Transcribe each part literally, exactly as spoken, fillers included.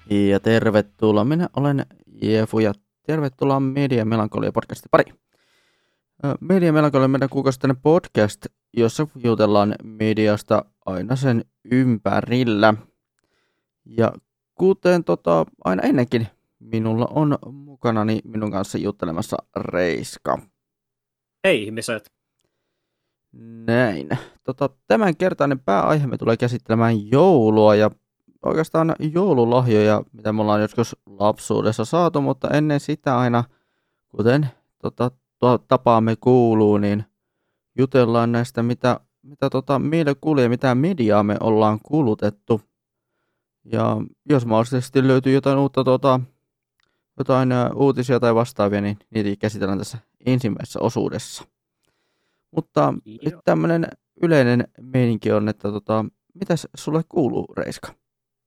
Ja tervetuloa, minä olen Jefu ja tervetuloa Media Melankolia podcastin pariin. Media Melankolia on meidän kuukausittainen podcast, jossa jutellaan mediasta aina sen ympärillä. Ja kuten tota, aina ennenkin, minulla on mukanani minun kanssa juttelemassa Reiska. Hei ihmiset! Näin. Tota, tämänkertainen pääaihe me tulee käsittelemään joulua ja oikeastaan joululahjoja, mitä me ollaan joskus lapsuudessa saatu, mutta ennen sitä aina, kuten tota, tapaamme kuuluu, niin jutellaan näistä, mitä, mitä tota, meille kuulee ja mitä mediaa me ollaan kulutettu. Ja jos mahdollisesti löytyy jotain uutta, tota, jotain uutisia tai vastaavia, niin niitä käsitellään tässä ensimmäisessä osuudessa. Mutta nyt tämmöinen yleinen meininki on, että tota, mitäs sulle kuuluu, Reiska?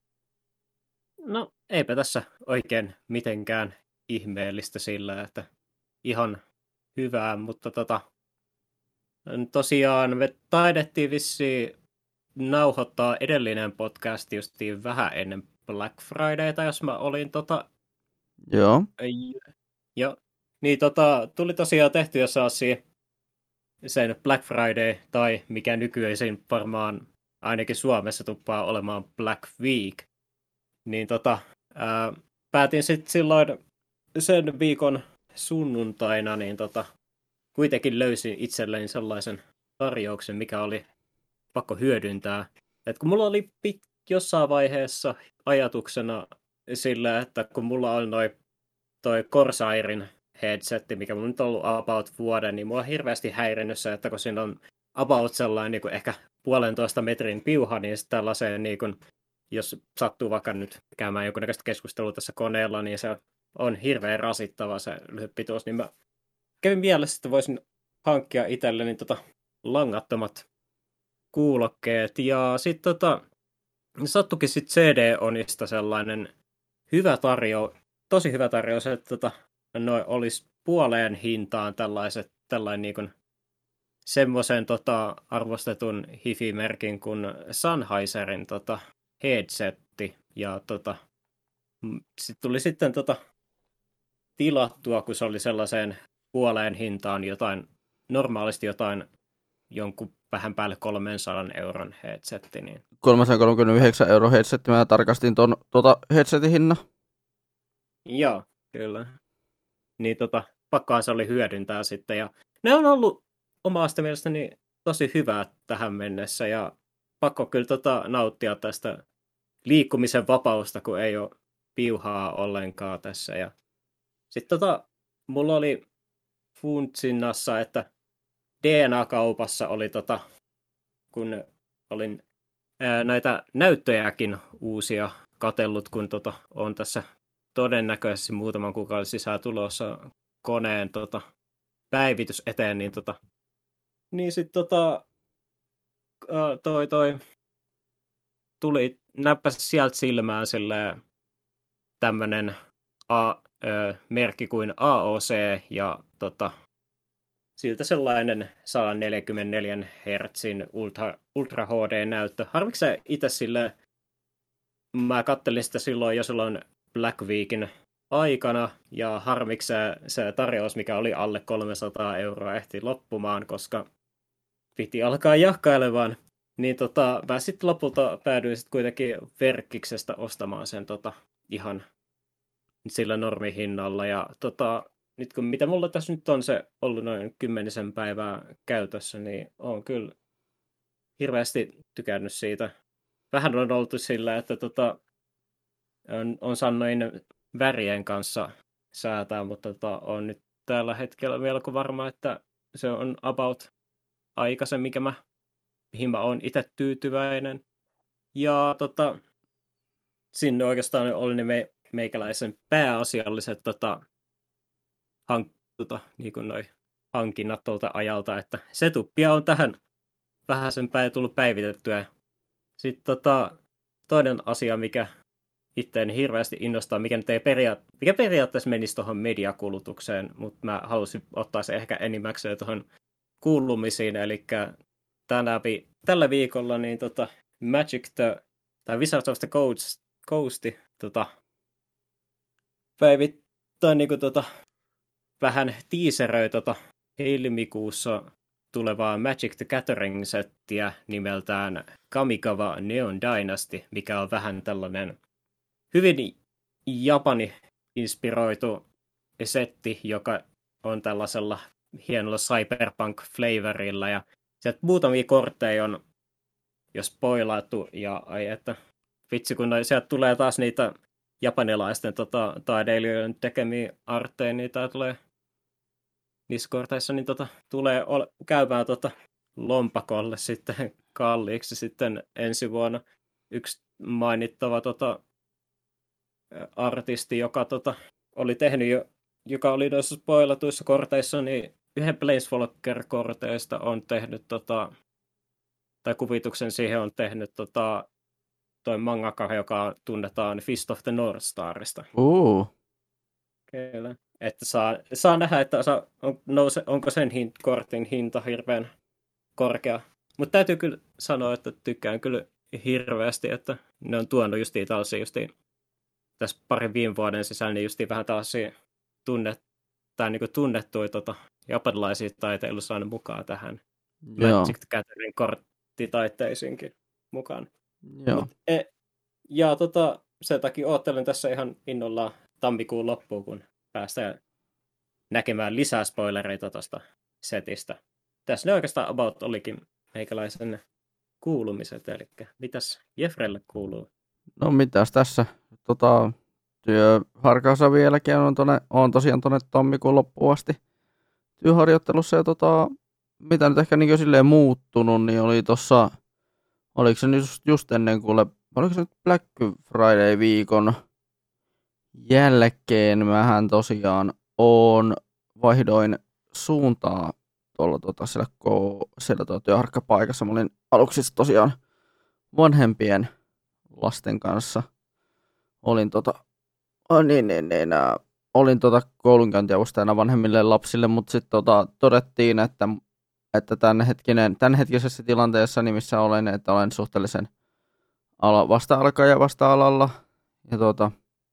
No eipä tässä oikein mitenkään ihmeellistä sillä, että ihan hyvää, mutta tota, tosiaan me taidettiin vissiin nauhoittaa edellinen podcast justiin vähän ennen Black Fridayta, jos mä olin tota... Joo. Joo. Niin tota, tuli tosiaan tehty jo sellaisia sen Black Friday, tai mikä nykyisin varmaan ainakin Suomessa tuppaa olemaan Black Week, niin tota, ää, päätin sitten silloin sen viikon sunnuntaina, niin tota, kuitenkin löysin itselleni sellaisen tarjouksen, mikä oli pakko hyödyntää. Et kun mulla oli pit, jossain vaiheessa ajatuksena sillä, että kun mulla on noi, toi Corsairin headsetti, mikä mulla nyt on ollut about vuoden, niin mua on hirveästi häirinnyt se, että kun siinä on about sellainen niin kuin ehkä puolentoista metrin piuha, niin sitten tällaiseen, niin kuin, jos sattuu vaikka nyt käymään jonkunnäköistä keskustelua tässä koneella, niin se on hirveän rasittava se lyhyt pituus, niin mä kävin mielessä, että voisin hankkia itselleni tota langattomat kuulokkeet, ja sitten tota, sattukin sitten C D-onista sellainen hyvä tarjous, tosi hyvä tarjous, että tota, noin olisi puoleen hintaan tällaiset, tällainen niin kuin semmoisen tota, arvostetun hifi-merkin kuin Sennheiserin tota, headsetti. Ja tota, sit tuli sitten tota, tilattua, kun se oli sellaiseen puoleen hintaan jotain, normaalisti jotain jonkun vähän päälle kolmensadan euron headsetti. Niin... kolmesataakolmekymmentäyhdeksän euro headsetti, mä tarkastin tuon tuota headsetin hinnan. Joo, kyllä. Niin tota, pakkohan se oli hyödyntää sitten. Ja ne on ollut omasta mielestäni tosi hyvää tähän mennessä. Ja pakko kyllä tota nauttia tästä liikkumisen vapausta, kun ei ole piuhaa ollenkaan tässä. Ja sitten tota, mulla oli funtsinnassa, että D N A-kaupassa oli tota, kun olin ää, näitä näyttöjäkin uusia katsellut, kun tota, on tässä todennäköisesti muutaman kuukauden sisään tulossa koneen tota, päivitys eteen, niin, tota, niin sitten tota, toi, toi, tuli, näppäsi sieltä silmään silleen tämmönen A, ö, merkki kuin A O C ja tota, siltä sellainen sata neljäkymmentäneljä hertsin Ultra, Ultra H D-näyttö. Harviksi se itse silleen, mä kattelin sitä silloin jo silloin Black Weekin aikana, ja harmiksi se, se tarjous, mikä oli alle kolmesataa euroa, ehti loppumaan, koska piti alkaa jakkailemaan. Niin tota, mä sitten lopulta päädyin sit kuitenkin Verkkiksestä ostamaan sen tota, ihan sillä normihinnalla. Ja tota, nyt kun mitä mulla tässä nyt on se ollut noin kymmenisen päivää käytössä, niin on kyllä hirveästi tykännyt siitä. Vähän on oltu sillä, että tota, on, on saanut värien kanssa säätää, mutta tota, on nyt tällä hetkellä melko varma, että se on about aika se, mikä mä, mihin mä oon itse tyytyväinen. Ja tota, sinne oikeastaan oli ne me, meikäläisen pääasialliset tota, hank, tota, niin kuin noi hankinnat tuolta ajalta, että setuppia on tähän vähän sen päin tullut päivitettyä. Sitten tota, toinen asia, mikä itseäni hirveästi innostaa, mikä, nyt ei peria- mikä periaatteessa menisi tuohon mediakulutukseen, mutta mä halusin ottaa se ehkä enimmäkseen tuohon kuulumisiin, eli tänä vi- tällä viikolla niin tota, Magic the, tai Wizards of the Coast, Coast tota, päivittäin niin tota, vähän tiiseröi tota, helmikuussa tulevaa Magic the Gathering-settiä nimeltään Kamigawa Neon Dynasty, mikä on vähän tällainen hyvin Japani-inspiroitu setti, joka on tällaisella hienolla cyberpunk-flavorilla, ja sieltä muutamia kortteja on jo spoilattu, ja ai että vitsi, kun sieltä tulee taas niitä japanilaisten tota, taideilijoiden tekemiä artteja, niitä tulee niissä korteissa, niin tota, tulee ol- käymään tota, lompakolle sitten kalliiksi sitten ensi vuonna yksi mainittava tota, artisti, joka tota, oli tehnyt jo, joka oli noissa spoilatuissa korteissa, niin yhden Planeswalker-korteista on tehnyt, tota, tai kuvituksen siihen on tehnyt tota, toi mangaka, joka tunnetaan Fist of the North Starista. Uh. Kyllä. Että saa, saa nähdä, että saa, on, nouse, onko sen hint, kortin hinta hirveän korkea. Mutta täytyy kyllä sanoa, että tykkään kyllä hirveästi, että ne on tuonut justiin tällaisia justiin tässä parin viime vuoden sisällä, niin justiin vähän tällaisia tunnet, tai niin kuin tunnettuja tota, japanilaisia taiteilijoita saanut mukaan tähän Joo. Magic the Gathering korttitaitteisiinkin mukaan. Joo. Mut, e, ja tota, sen takia oottelen tässä ihan innolla tammikuun loppuun, kun päästään näkemään lisää spoilereita tuosta setistä. Tässä ne oikeastaan about olikin meikäläisen kuulumiset, eli mitäs Jeffrelle kuuluu? No mitäs tässä? Tota, työharkaansa vieläkin on, tonne, on tosiaan tuonne tammikuun loppuun asti työharjoittelussa. Ja tota, mitä nyt ehkä niin silleen muuttunut, niin oli tossa, oliko se just, just ennen kuule, oliko se nyt Black Friday-viikon jälkeen mähän tosiaan on vaihdoin suuntaa tuolla tota, siellä, siellä tuolla työharkkapaikassa. Mä olin aluksi tosiaan vanhempien lasten kanssa. Olin tota, oh, niin, niin, niin, äh, olin tota koulunkäyntiavustajana vanhemmille lapsille, mutta sitten tota, todettiin, että, että tämänhetkinen, tämänhetkisessä tilanteessa, niin missä olen, että olen suhteellisen ala, vasta-alkaja vasta-alalla. Ja tota,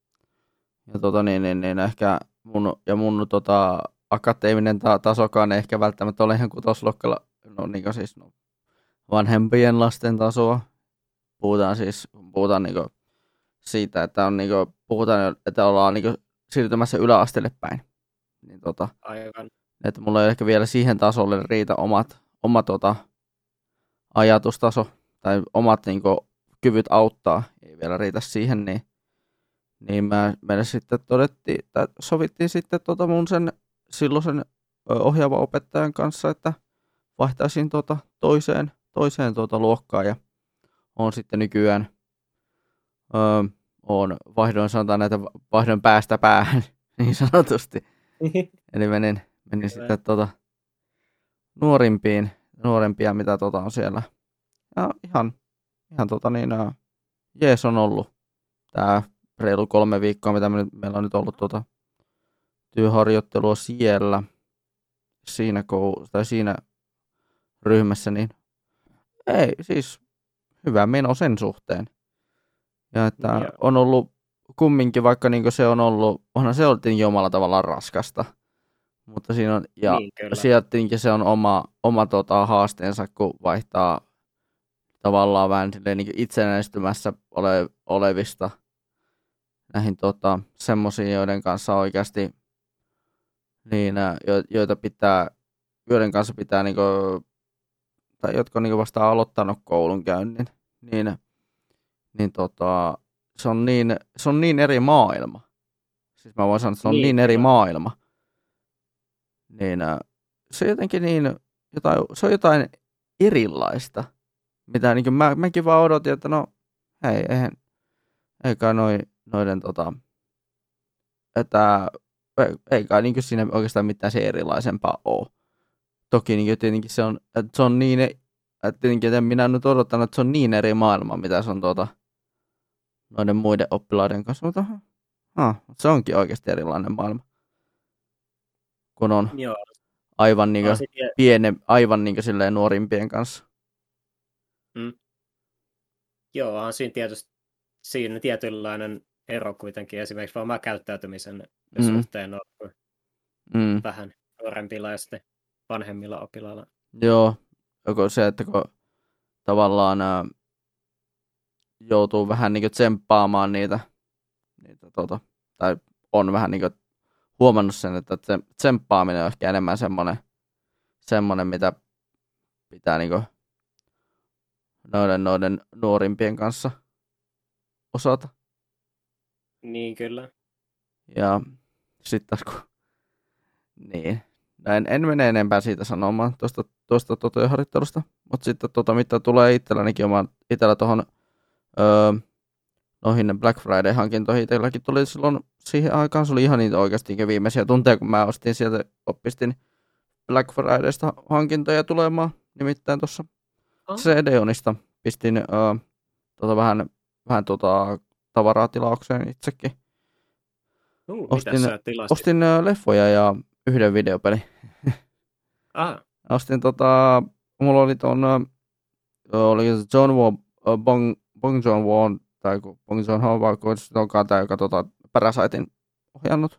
ja tota niin, niin, niin ehkä mun, ja mun tota, akateeminen ta- tasokaan ei ehkä välttämättä ole ihan kutosluokkalla, no niin siis no, vanhempien lasten tasoa. Puhutaan siis, puhutaan niinku siitä, että on niinku, puhutaan, että ollaan niinku siirtymässä yläasteelle päin. Niin tota, Aivan. että mulla ei ehkä vielä siihen tasolle riitä omat, oma tota, ajatustaso tai omat niinku, kyvyt auttaa, ei vielä riitä siihen, niin Niin mä, meille sitten todettiin, tai sovittiin sitten tota mun sen silloisen ohjaavan opettajan kanssa, että vaihtaisin tota toiseen, toiseen tota luokkaan ja on sitten nykyään öö, on vaihdoin sanotaan näitä vaihdon päästä päähän niin sanotusti. Eli menin, menin sitten tota nuorimpiin, nuorempia mitä tota on siellä. Ja ihan, ihan tota niin, jees on ollut tää reilu kolme viikkoa, mitä me nyt, meillä on nyt ollut tuota työharjoittelua siellä, siinä, kou- tai siinä ryhmässä, niin ei, siis hyvä meno sen suhteen. Ja että yeah. on ollut kumminkin, vaikka niin se on ollut, onhan se ollut omalla tavallaan raskasta, mutta siinä on, ja niin, sieltäkin se on oma, oma tota, haasteensa, kun vaihtaa tavallaan vähän silleen, niin itsenäistymässä ole, olevista näihin tota, semmoisiin, joiden kanssa oikeasti, niin, jo, joita pitää, joiden kanssa pitää, niinku, tai jotka on niinku vasta aloittanut koulunkäynnin, niin, niin tota, se, on niin, se on niin eri maailma. Siis mä voin sanoa, että se on niin, niin eri maailma. Niin se jotenkin niin, jotain, se on jotain erilaista, mitä niin mä, mäkin vaan odotin, että no, hei, eihän, eikä noin, noiden tota, että ei kai niin siinä oikeastaan mitään se erilaisempaa ole. Toki niin tietenkin se on, että se on niin, että tietenkin että minä nyt odottanut, että se on niin eri maailma, mitä se on tuota, noiden muiden oppilaiden kanssa, mutta ah, se onkin oikeasti erilainen maailma. Kun on Joo. aivan niin kuin piene, aivan niin kuin silleen nuorimpien kanssa. Mm. Joo, on siinä tietysti siinä tietynlainen ero kuitenkin esimerkiksi oman käyttäytymisen Mm. suhteen on Mm. vähän nuorempilla ja sitten vanhemmilla oppilailla. Joo, joko se, että kun tavallaan ää, joutuu vähän niin kuin tsemppaamaan niitä, niitä tota, tai on vähän niin kuin huomannut sen, että se tsemppaaminen on ehkä enemmän semmoinen, semmoinen mitä pitää niin kuin noiden, noiden nuorimpien kanssa osata. Niin kyllä. Ja sitten taas kun, niin, en, en mene enempää siitä sanomaan tuosta, tuosta tuota harjoittelusta, mutta sitten tuota, mitä tulee itsellänikin omaan, itsellä tuohon öö, noihin Black Friday-hankintoihin, itselläkin tuli silloin siihen aikaan, se oli ihan niitä oikeasti viimeisiä tunteja, kun mä ostin sieltä, opistin Black Fridaysta hankintoja tulemaan, nimittäin tuossa Oh. C D-onista pistin öö, tuota, vähän, vähän tuota, tavaraa tilaukseen itsekin. Uh, Ostin, mitä sä tilasit? ostin öö, leffoja ja yhden videopeli. Ah, Ostin tota, mulla oli ton, öö, oli John Woo, öö, Bong, Bong Joon Won, tai kun Bong Joon Ho, vai kun se onkaan tää, joka tota, Parasitein ohjannut.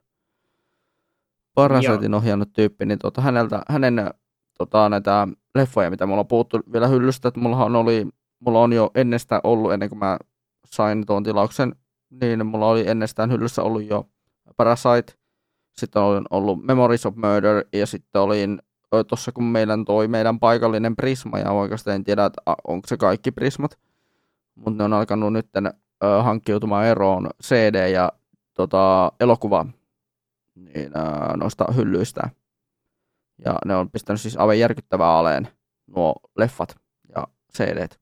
Parasitein ohjannut tyyppi, niin tota, häneltä, hänen tota, näitä leffoja, mitä mulla on puhuttu vielä hyllystä, että mullahan oli, mulla on jo ennestään ollut, ennen kuin mä sain tuon tilauksen, niin mulla oli ennestään hyllyssä ollut jo Parasite, sitten on ollut Memories of Murder, ja sitten olin tuossa, kun meidän toi meidän paikallinen Prisma, ja oikeastaan en tiedä, että onko se kaikki Prismat, mutta ne on alkanut nyt ö, hankkiutumaan eroon C D ja tota, elokuva niin, ö, noista hyllyistä. Ja ne on pistänyt siis aivan järkyttävää aleen nuo leffat ja C D:t.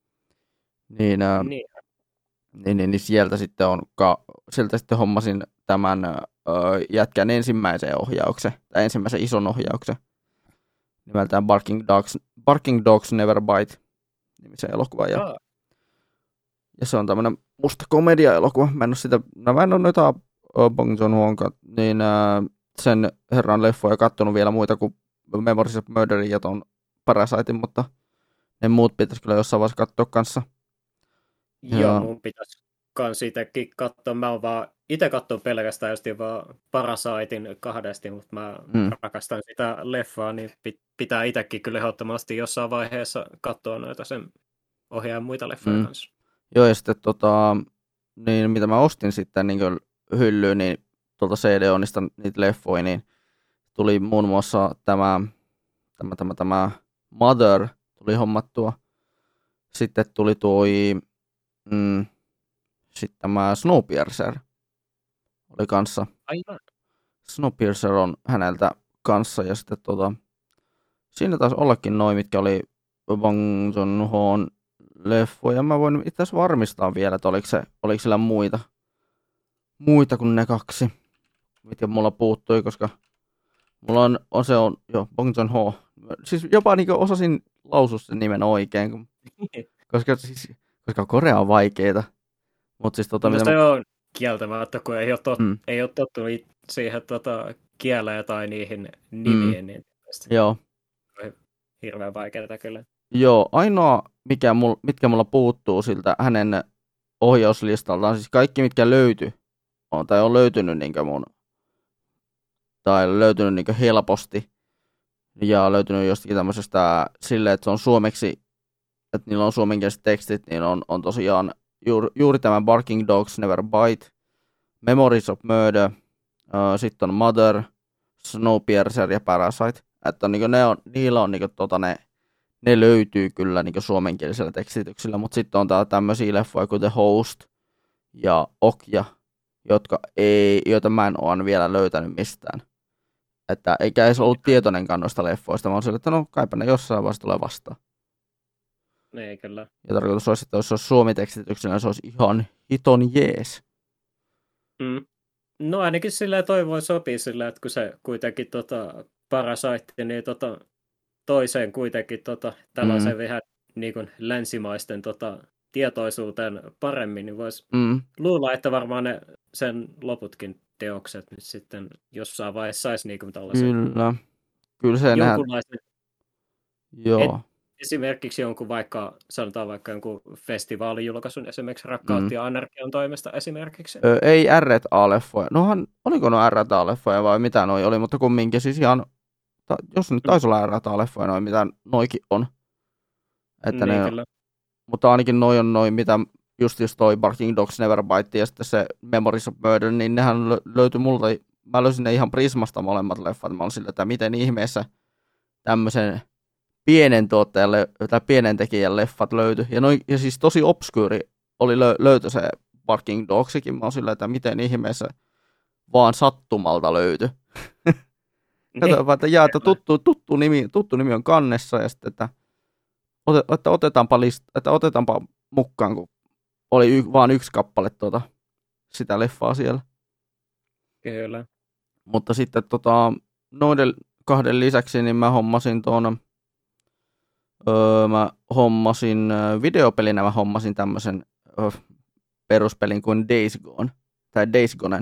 Niin, ö, niin. niin, niin, niin sieltä sitten on, ka, sieltä sitten hommasin tämän ö, jätkän ensimmäisen ohjauksen, tai ensimmäisen ison ohjauksen, nimeltään Barking Dogs, Barking Dogs Never Bite nimisen elokuvan. Ja, Ah. ja se on tämmöinen musta komedia-elokuva. Mä en ole sitä, no mä en ole noita uh, Bong Joon-Hoon, niin uh, sen herran leffoja kattonut vielä muita kuin Memories of Murderin ja ton Parasitein, mutta ne muut pitäisi kyllä jossain vaiheessa katsoa kanssa. Joo, Ja- mun pitäisi kans itsekin katsoa. Mä oon vaan itse katson pelkästään just vaan Parasitein kahdesti, mutta mä Mm. rakastan sitä leffaa, niin pit- pitää itsekin kyllä ehdottomasti jossain vaiheessa katsoa noita sen ohjaajan muita leffoja Mm. kanssa. Joo, ja sitten tota, niin mitä mä ostin sitten niin hyllyyn, niin tuolta C D-onista niitä leffoja, niin tuli muun muassa tämä, tämä, tämä, tämä Mother tuli hommattua. Sitten tuli tuo, mm, sitten tämä Snowpiercer oli kanssa. Aivan. Snowpiercer on häneltä kanssa, ja sitten tota, siinä taisi ollakin noin, mitkä oli Bong Joon-Hoon leffoja. Mä voin itse asiassa varmistaa vielä, että oliko, se, oliko sillä muita, muita kuin ne kaksi, mitkä mulla puuttui, koska mulla on, on se on jo Bong Joon-Ho. Siis jopa niin osasin lausua sen nimen oikein, kun, koska, siis, koska Korea on vaikeeta. Mutta siis tota, No mitä se mä, on kieltämättä, kun ei ole, tot, Mm. ei ole tottunut it- siihen tota, kieleen tai niihin nimiin, niin tietysti joo, hirveän vaikeaa kyllä. joo, ainoa, mikä mul, mitkä mulla puuttuu siltä hänen ohjauslistaltaan, siis kaikki mitkä löytyi, on, tai on löytynyt niin mun, tai löytynyt niin helposti, ja löytynyt jostakin tämmöisestä silleen, että se on suomeksi, että niillä on suomenkieliset tekstit, niin on, on tosiaan juuri, juuri tämä Barking Dogs Never Bite, Memories of Murder, uh, sitten on Mother, Snowpiercer ja Parasite, että on, niin ne on, niillä on niin tota, ne, ne löytyy kyllä niin suomenkielisellä tekstityksellä, mutta sitten on täällä tämmöisiä leffoja kuin The Host ja Okja, jotka ei, joita mä en ole vielä löytänyt mistään. Että eikä edes ollut tietoinenkaan noista leffoista, vaan sille, että no kaipa ne jossain vaiheessa tulee vastaan. Ei kyllä. Ja tarkoitus olisi, että jos se olisi suomitekstityksellä, se olisi ihan hiton jees. Mm. No ainakin silleen toi voi sopia silleen, että kun se kuitenkin tota, Parasite, niin tota, toiseen kuitenkin tota, tällaisen mm. vähän niin kuin länsimaisten tota, tietoisuuteen paremmin, niin voisi Mm. luulla, että varmaan ne sen loputkin teokset nyt sitten jossain vaiheessa saisi niin kuin tällaisen Kyllä. Kyllä se nähdään. jonkunlaisen Joo. esimerkiksi jonkun vaikka, sanotaan vaikka jonkun festivaalijulkaisun, esimerkiksi Rakkautta mm. ja Anarkian toimesta esimerkiksi. Öö, ei R A-leffoja. Nohan, oliko no R A-leffoja vai mitä noi oli, mutta kumminkin siis ihan, ta, jos nyt taisi mm. olla R A-leffoja noin, mitä noikin on. Että niin, ne, mutta ainakin noi on noin, mitä just just toi Barking Dogs Never Bite ja sitten se Memories of Murder, niin nehän löytyi multa, mä löysin ne ihan Prismasta molemmat leffat, mä olin sillä, että miten ihmeessä tämmöisen pienen tuottajan tai pienen tekijän leffat löytyi. Ja, noi, ja siis tosi obskyyri oli lö- löytö se Barking Dogsikin. Mä oon sillä, että miten ihmeessä vaan sattumalta löytyi. Katsotaan, että, jaa, että tuttu, tuttu, nimi, tuttu nimi on kannessa ja sitten, että, otet, että, otetaanpa, list, että otetaanpa mukaan, kun oli y, vaan yksi kappale tuota, sitä leffaa siellä. Kyllä. Mutta sitten tota, noiden kahden lisäksi niin mä hommasin tuon Öö, mä hommasin videopelinä, mä hommasin tämmöisen öö, peruspelin kuin Days Gone, tai Days Gonen.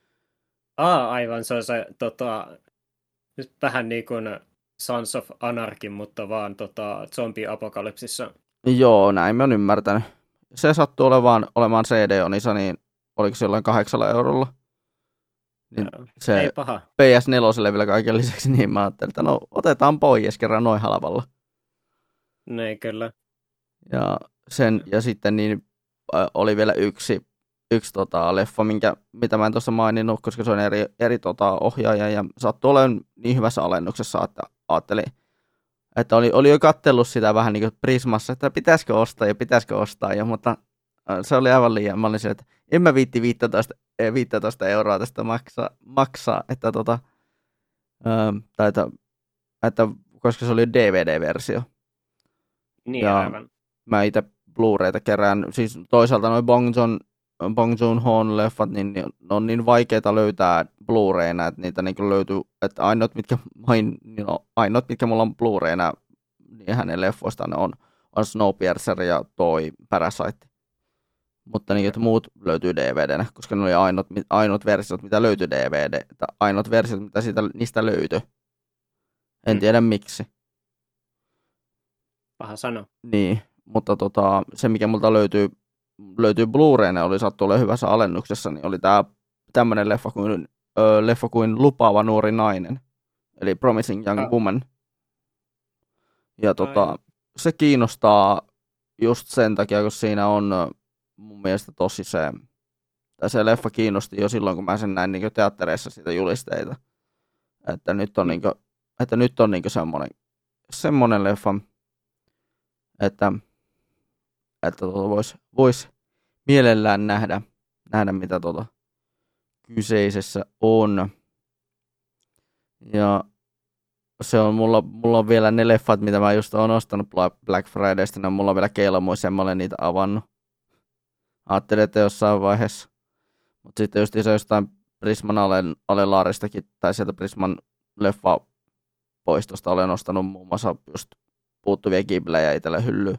Aa, aivan, se on se tota, vähän niin kuin Sons of Anarchy, mutta vaan tota, zombi-apokalypsissa. Joo, näin mä oon ymmärtänyt. Se sattuu olemaan, olemaan C D-onissa, niin oliko se jollain kahdeksalla eurolla? Niin no, se ei paha. P S neljä vielä kaiken lisäksi, niin mä ajattelin, että no otetaan pois kerran noin halvalla. Ne, kyllä. Ja, sen, ja sitten niin, äh, oli vielä yksi, yksi tota, leffa, minkä, mitä mä en tuossa maininnut, koska se on eri, eri tota, ohjaaja, ja sattui olemaan niin hyvässä alennuksessa, että ajattelin, että oli, oli jo katsellut sitä vähän niin kuin Prismassa, että pitäisikö ostaa ja pitäisikö ostaa, ja, mutta äh, se oli aivan liian. Mä olin sille, että en mä viitti viisitoista euroa tästä maksaa, maksaa että, tota, äh, tai, että, että, koska se oli D V D-versio. Niin, ja aivan. Mä itse Blu-rayta kerään, siis toisaalta noi Bong Joon, Bong Joon-hoon leffat, niin ne on niin vaikeita löytää Blu-rayna, että niitä niin löytyy, että ainoat mitkä, main, no, ainoat, mitkä mulla on Blu-rayna, niin hänen leffoistaan on, on Snowpiercer ja toi Parasite. Mutta niin, että muut löytyy D V D:nä, koska ne oli ainoat, ainoat versiot, mitä löytyi D V D, tai ainoat versiot, mitä siitä, niistä löytyi. En hmm. tiedä miksi. Paha sano. Niin, mutta tota, se mikä multa löytyy, löytyy Blu-rayna, oli sattu olemaan hyvässä alennuksessa, niin oli tää tämmönen leffa kuin, ö, leffa kuin Lupaava nuori nainen, eli Promising Young ah. Woman. Ja tota, se kiinnostaa just sen takia, kun siinä on mun mielestä tosi se, tai se leffa kiinnosti jo silloin, kun mä sen näin niin teattereissa siitä julisteita, että nyt on, niin kuin, että nyt on niin semmoinen, semmoinen leffa, että, että tuota voisi vois mielellään nähdä, nähdä mitä tuota kyseisessä on. Ja se on, mulla, mulla on vielä ne leffat, mitä mä just oon ostanut Black Fridaysta, ne mulla on vielä kelmoissa ja mä olen niitä avannut. Ajattelin, että jossain vaiheessa. Mutta sitten just se jostain Prisman alelaaristakin, tai sieltä Prisman leffa-poistosta olen ostanut muun muassa just puuttuvia Ghiblejä itselle hyllyyn.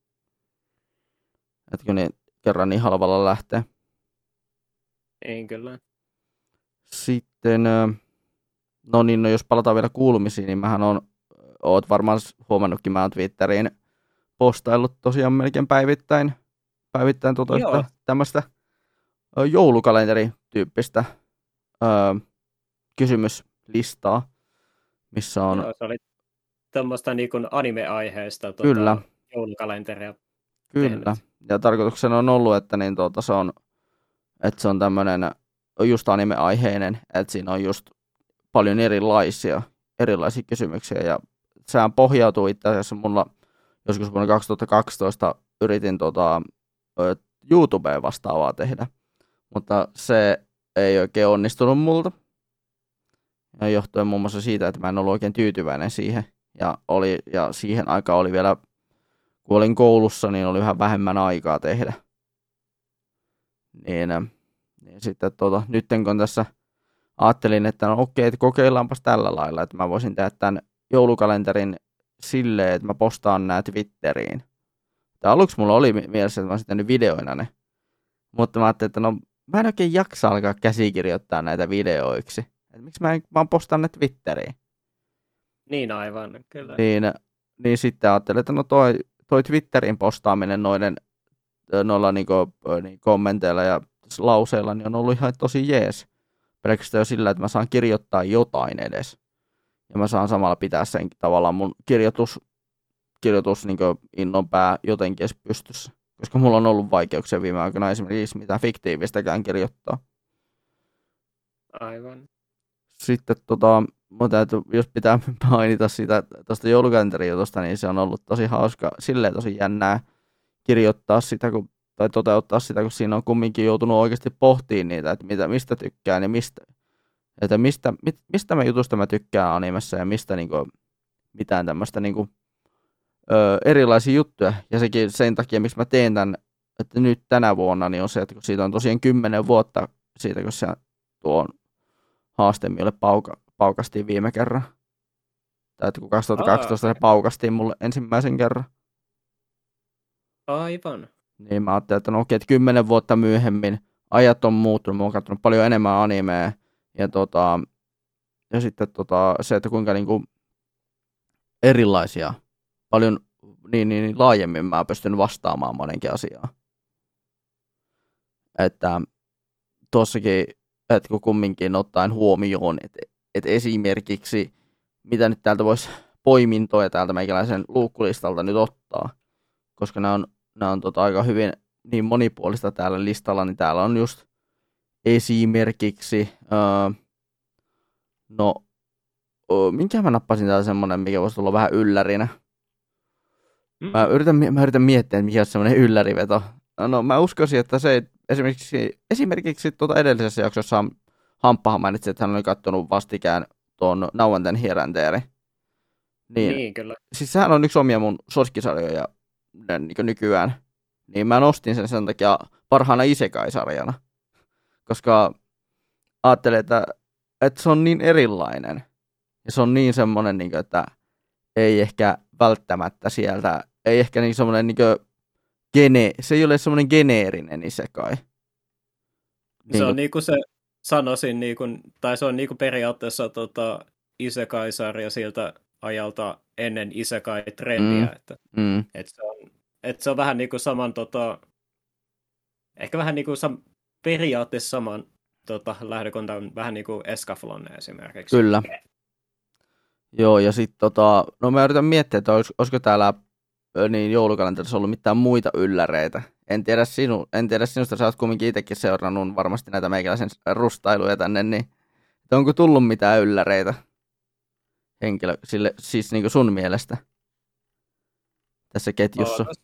Etkö niin kerran niin halvalla lähtee? Ei kyllä. Sitten, no niin, no jos palataan vielä kuulumisiin, niin mähän on, oot varmaan huomannutkin, mä oon Twitteriin postaillut tosiaan melkein päivittäin, päivittäin tuota, tämmöistä joulukalenterityyppistä öö, kysymyslistaa, missä on... Joo, se oli tämmöistä niin kuin anime-aiheesta tuota, Kyllä. joulukalenteria. Kyllä, tehnyt. Ja tarkoituksena on ollut, että, niin tuota, se, on, että se on tämmöinen just anime-aiheinen, että siinä on just paljon erilaisia, erilaisia kysymyksiä, ja sehän pohjautuu itse asiassa mulla joskus vuonna kaksituhattakaksitoista yritin tota, YouTubeen vastaavaa tehdä, mutta se ei oikein onnistunut multa. Ja johtuen muun muassa siitä, että mä en ollut oikein tyytyväinen siihen. Ja, oli, ja siihen aikaan oli vielä, kun olin koulussa, niin oli vähän vähemmän aikaa tehdä. Niin, niin sitten tota, nyt kun tässä ajattelin, että no okei, että kokeillaanpas tällä lailla, että mä voisin tehdä tämän joulukalenterin silleen, että mä postaan nää Twitteriin. Tai aluksi mulla oli mielessä, että mä olisin tehnyt videoina ne. Mutta mä ajattelin, että no mä en oikein jaksa alkaa käsikirjoittaa näitä videoiksi. Et miksi mä en vaan postaan ne Twitteriin? Niin aivan, kyllä. Niin niin sitten ajattelin, että no toi, toi Twitterin postaaminen noiden noilla niinku, niin kommenteilla ja lauseilla niin on ollut ihan tosi jees. Pelkästään jo sillä, että mä saan kirjoittaa jotain edes. Ja mä saan samalla pitää sen tavallaan mun kirjoitus, kirjoitus niin innon pää jotenkin edes pystyssä. Koska mulla on ollut vaikeuksia viime aikoina esimerkiksi mitään fiktiivistäkään kirjoittaa. Aivan. Sitten tota, täytyy, jos pitää mainita siitä tuosta joulukalenterijutusta, niin se on ollut tosi hauska, silleen tosi jännää kirjoittaa sitä, kun, tai toteuttaa sitä, kun siinä on kumminkin joutunut oikeasti pohtimaan niitä, että mitä, mistä tykkään ja mistä, että mistä, mit, mistä mä jutusta mä tykkään animessa ja mistä niinku, mitään tämmöistä niinku, ö, erilaisia juttuja. Ja sekin sen takia, miksi mä teen tämän, että nyt tänä vuonna, niin on se, että kun siitä on tosiaan kymmenen vuotta siitä, kun se tuon haaste minulle pauka, paukastiin viime kerran. Tai että kun kaksituhattakaksitoista Aa. se paukastiin mulle ensimmäisen kerran. Aivan. Niin mä ajattelin, että no okei, että kymmenen vuotta myöhemmin ajat on muuttunut, mä oon katsonut paljon enemmän animea. Ja, tota, ja sitten tota, se, että kuinka niinku erilaisia, paljon niin, niin, niin laajemmin mä oon pystynyt vastaamaan monenkin asiaan. Että tuossakin, että kun kumminkin ottaen huomioon, että, että esimerkiksi, mitä nyt täältä voisi poimintoja täältä meikäläisen luukkulistalta nyt ottaa, koska nämä on, nämä on tota aika hyvin niin monipuolista täällä listalla, niin täällä on just esimerkiksi, öö, no, öö, minkä mä nappasin täällä semmonen, mikä voisi tulla vähän yllärinä. Mä yritän, mä yritän miettiä, että mikä on semmoinen ylläriveto. No mä uskoisin, että se esimerkiksi, esimerkiksi tuota edellisessä jaksossa Hamppahan mainitsi, että hän oli katsonut vastikään tuon Nauanten hieranteeri. Niin, niin, kyllä. Siis sehän on yksi omia mun suosikkisarjoja niin nykyään. Niin mä nostin sen sen takia parhaana isekai-sarjana. Koska ajattelin, että, että se on niin erilainen. Ja se on niin semmoinen, niin kuin, että ei ehkä välttämättä sieltä, ei ehkä niin semmoinen niin kuin, gene, se ei ole semmoinen geneerinen isekai. Niin se on niin kuin se sanoisin, niin kuin, tai se on niin kuin periaatteessa tota, isekai-sarja siltä ajalta ennen isekai-trendiä. Mm. Että, mm. että, se on, että se on vähän niin kuin saman, tota, ehkä vähän niin kuin sam, periaatteessa saman tota, lähdökuntaan, vähän niin kuin Escaflowne esimerkiksi. Kyllä. Joo, ja sitten tota, no mä yritän miettiä, että olis, olisiko täällä niin joulukalenterissa ollut mitään muita ylläreitä. En tiedä, sinu, en tiedä sinusta, sä oot kumminkin itsekin seurannut varmasti näitä meikäläisen rustailuja tänne, niin onko tullut mitään ylläreitä henkilö, sille, siis niin kuin sun mielestä tässä ketjussa? Oh,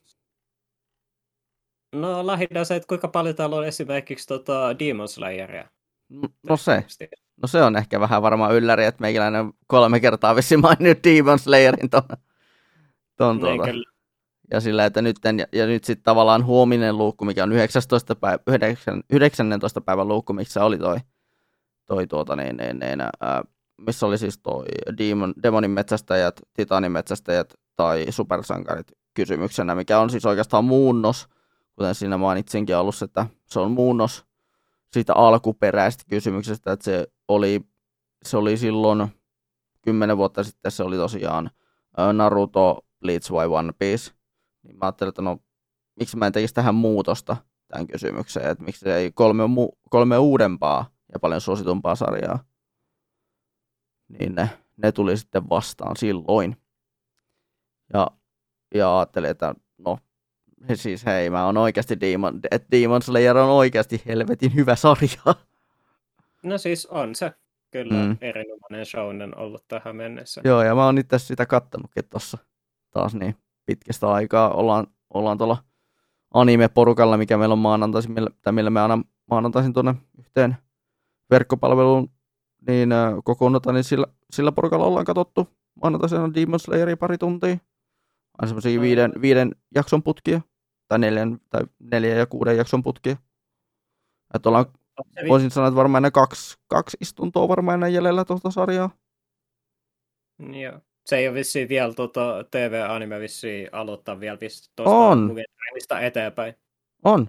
no lähinnä se, että kuinka paljon täällä on esimerkiksi tota Demon Slayeria. No se, no se on ehkä vähän varmaan ylläri, että meikäläinen kolme kertaa vissiin maininnut Demon Slayerin ton, ton tuota. Ja sillä, että nyt, ja, ja nyt sitten tavallaan huominen luukku, mikä on yhdeksästoista päivä, yhdeksännentoista päivän luukku, missä oli toi, toi tuota, niin, niin, niin, ää, missä oli siis toi Demon, Demonin metsästäjät, Titanin metsästäjät tai supersankarit kysymyksenä, mikä on siis oikeastaan muunnos, kuten siinä mainitsinkin alussa, että se on muunnos siitä alkuperäisestä kysymyksestä, että se oli, se oli silloin kymmenen vuotta sitten, se oli tosiaan Naruto, Bleach vai One Piece. Niin mä ajattelin, että no, miksi mä en tekisi tähän muutosta tämän kysymykseen, että miksi ei kolme, mu- kolme uudempaa ja paljon suositumpaa sarjaa. Niin ne, ne tuli sitten vastaan silloin. Ja, ja ajattelin, että no, siis hei, mä oon oikeasti Demon, että Demon Slayer on oikeasti helvetin hyvä sarja. No siis on se kyllä mm. erinomainen shounen ollut tähän mennessä. Joo, ja mä oon itse sitä kattonutkin tossa taas niin pitkästä aikaa. Ollaan, ollaan tuolla anime-porukalla, mikä meillä on maanantaisin, tai millä me aina maanantaisin tuonne yhteen verkkopalveluun, niin äh, kokoonnutaan, niin sillä, sillä porukalla ollaan katsottu maanantaisena Demon Slayeria pari tuntia. Aina semmosia no. viiden, viiden jakson putkia, tai neljän, tai neljän ja kuuden jakson putkia. Että ollaan, voisin sanoa, että varmaan enää kaksi, kaksi istuntoa varmaan enää jäljellä tuosta sarjaa. Joo. Se ei ole vissiin vielä tuota, T V-anime vissiin aloittaa vielä tuosta Mugen-treenistä eteenpäin. On.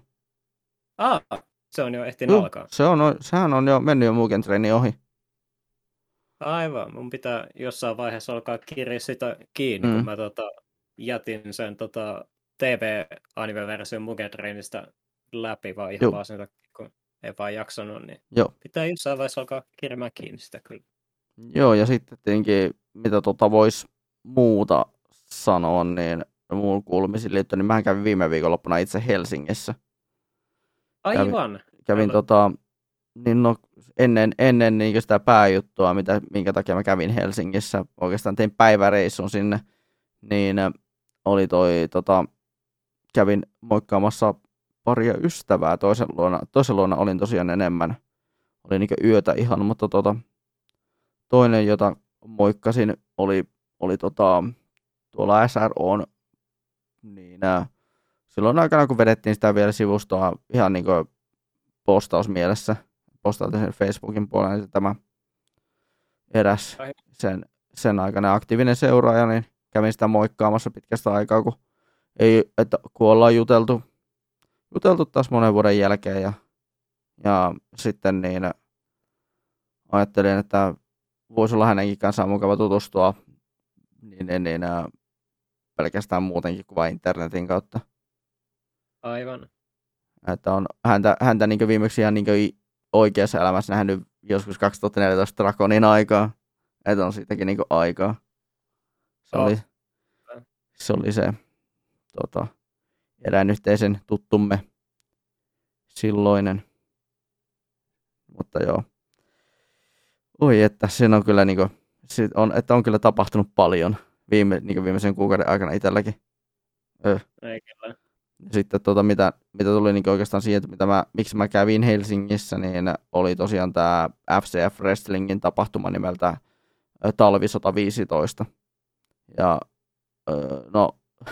Ah, se on jo ehtinyt Juh, alkaa. Se on, sehän on jo mennyt jo Mugen-treeni ohi. Aivan, mun pitää jossain vaiheessa alkaa kirjaa sitä kiinni, Mm. kun mä tota, jätin sen tota, T V-anime-version Mugen-Trainista läpi, vaan ihan Joo. vaan sen takia, kun ei vaan jaksanut, niin Joo. pitää jossain vaiheessa alkaa kirjaamaan kiinni sitä kyllä. Joo, ja sitten tietenkin, mitä tota voisi muuta sanoa, niin muun kuulumisiin liittyen, niin mä kävin viime viikonloppuna itse Helsingissä. Aivan! Kävin Älä... tota, niin no, ennen, ennen niin sitä pääjuttua, mitä, minkä takia mä kävin Helsingissä, oikeastaan tein päiväreissun sinne, niin oli toi, tota, kävin moikkaamassa paria ystävää toisen luona. Toisen luona olin tosiaan enemmän, oli niin yötä ihan, mutta tota, toinen, jota moikkasin, oli, oli tota, tuolla S R O:n, niin ää, silloin aikana, kun vedettiin sitä vielä sivustoa ihan niin kuin postausmielessä, postautin sen Facebookin puolella, niin tämä eräs sen, sen aikana aktiivinen seuraaja, niin kävin sitä moikkaamassa pitkästä aikaa, kun, ei, että, kun ollaan juteltu, juteltu taas monen vuoden jälkeen, ja, ja sitten niin ajattelin, että voisi olla hänenkin kanssaan mukava tutustua niin, niin, niin, pelkästään muutenkin kuin vain internetin kautta. Aivan. Että on häntä, häntä niin viimeksi ihan niin oikeassa elämässä nähnyt joskus kaksituhattaneljätoista Dragonin aikaa. Että on siitäkin niin aikaa. Se, oh. oli, se oli se tota, erään yhteisen tuttumme silloinen. Mutta joo. Oi, että siinä on kyllä, niin kuin, on, että on kyllä tapahtunut paljon viime, niin viimeisen kuukauden aikana itselläkin. Öh. Ei kyllä. Sitten tuota, mitä, mitä tuli niin oikeastaan siihen, että mitä mä, miksi mä kävin Helsingissä, niin oli tosiaan tämä F C F Wrestlingin tapahtuma nimeltä Talvisota viisitoista. Ja no,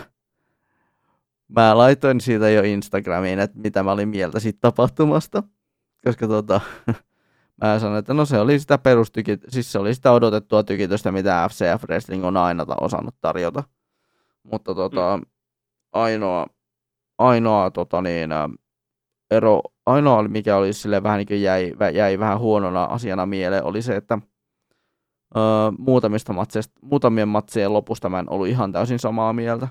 mä laitoin siitä jo Instagramiin, että mitä mä olin mieltä siitä tapahtumasta, koska tota, mä sanoin, että no se oli sitä perustykit, siis se oli sitä odotettua tykitystä, mitä F C F Wrestling on aina osannut tarjota. Mutta tota, mm. ainoa Ainoa, tota niin, ero, ainoa, mikä oli sille vähän niin kuin jäi, jäi vähän huonona asiana mieleen, oli se, että ö, muutamista matseista, muutamien matsien lopusta mä en ollut ihan täysin samaa mieltä.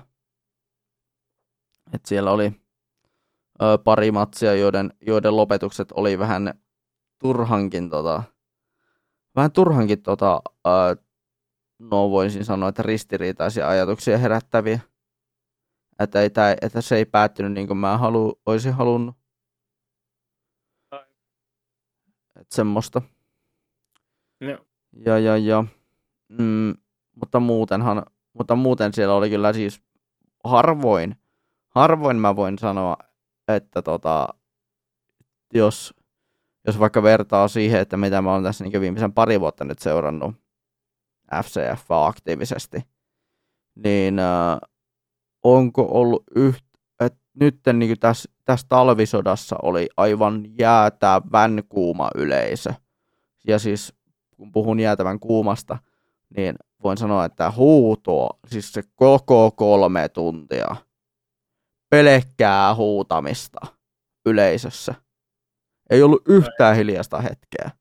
Et siellä oli ö, pari matsia, joiden, joiden lopetukset oli vähän turhankin, tota, vähän turhankin tota, ö, no voisin sanoa, että ristiriitaisia ajatuksia herättäviä. Että, ei, tää, että se ei päättynyt niin kuin mä halu, olisin halunnut. Että semmoista. No. Ja, ja, ja. Mm, mutta, muutenhan, mutta muuten siellä oli kyllä siis harvoin, harvoin mä voin sanoa, että tota, jos, jos vaikka vertaa siihen, että mitä mä oon tässä niin viimeisen pari vuotta nyt seurannut F C F aktiivisesti, niin äh, onko ollut yhtä, että nyt niin tässä, tässä talvisodassa oli aivan jäätävän kuuma yleisö. Ja siis kun puhun jäätävän kuumasta, niin voin sanoa, että huutoa, siis se koko kolme tuntia, pelkkää huutamista yleisössä. Ei ollut yhtään hiljaista hetkeä.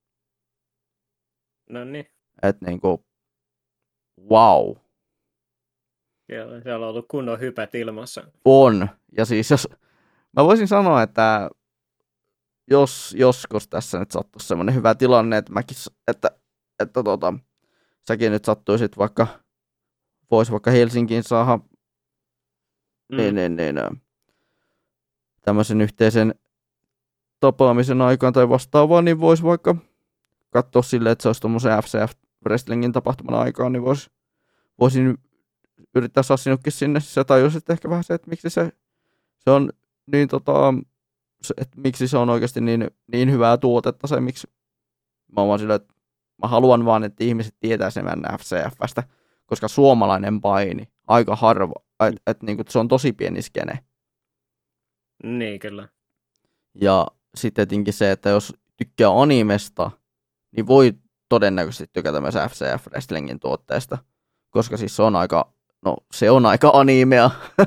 No niin. Että niinku, wow. Siellä, siellä on ollut kunnon hypät ilmassa. On. Ja siis jos, mä voisin sanoa, että jos joskus tässä nyt sattuisi semmoinen hyvä tilanne, että mäkin, että, että tota, säkin nyt sattuisit vaikka, vois vaikka Helsinkiin saada mm. niin, niin, niin, tämmöisen yhteisen tapaamisen aikaan tai vastaavaa, niin voisi vaikka katsoa silleen, että se olisi tuommoisen F C F Wrestlingin tapahtuman aikaan, niin vois, voisin yrittää saada sinutkin sinne. Sä tajusit ehkä vähän se, että miksi se, se on niin tota, se, että miksi se on oikeasti niin, niin hyvää tuotetta, se miksi mä oon silleen, että mä haluan vaan, että ihmiset tietää sen F C F:stä, koska suomalainen paini, aika harva, että et, niin se on tosi pieni skene. Niin, kyllä. Ja sitten tietenkin se, että jos tykkää animesta, niin voi todennäköisesti tykätä myös F C F Wrestlingin tuotteesta, koska siis se on aika, no se on aika animea.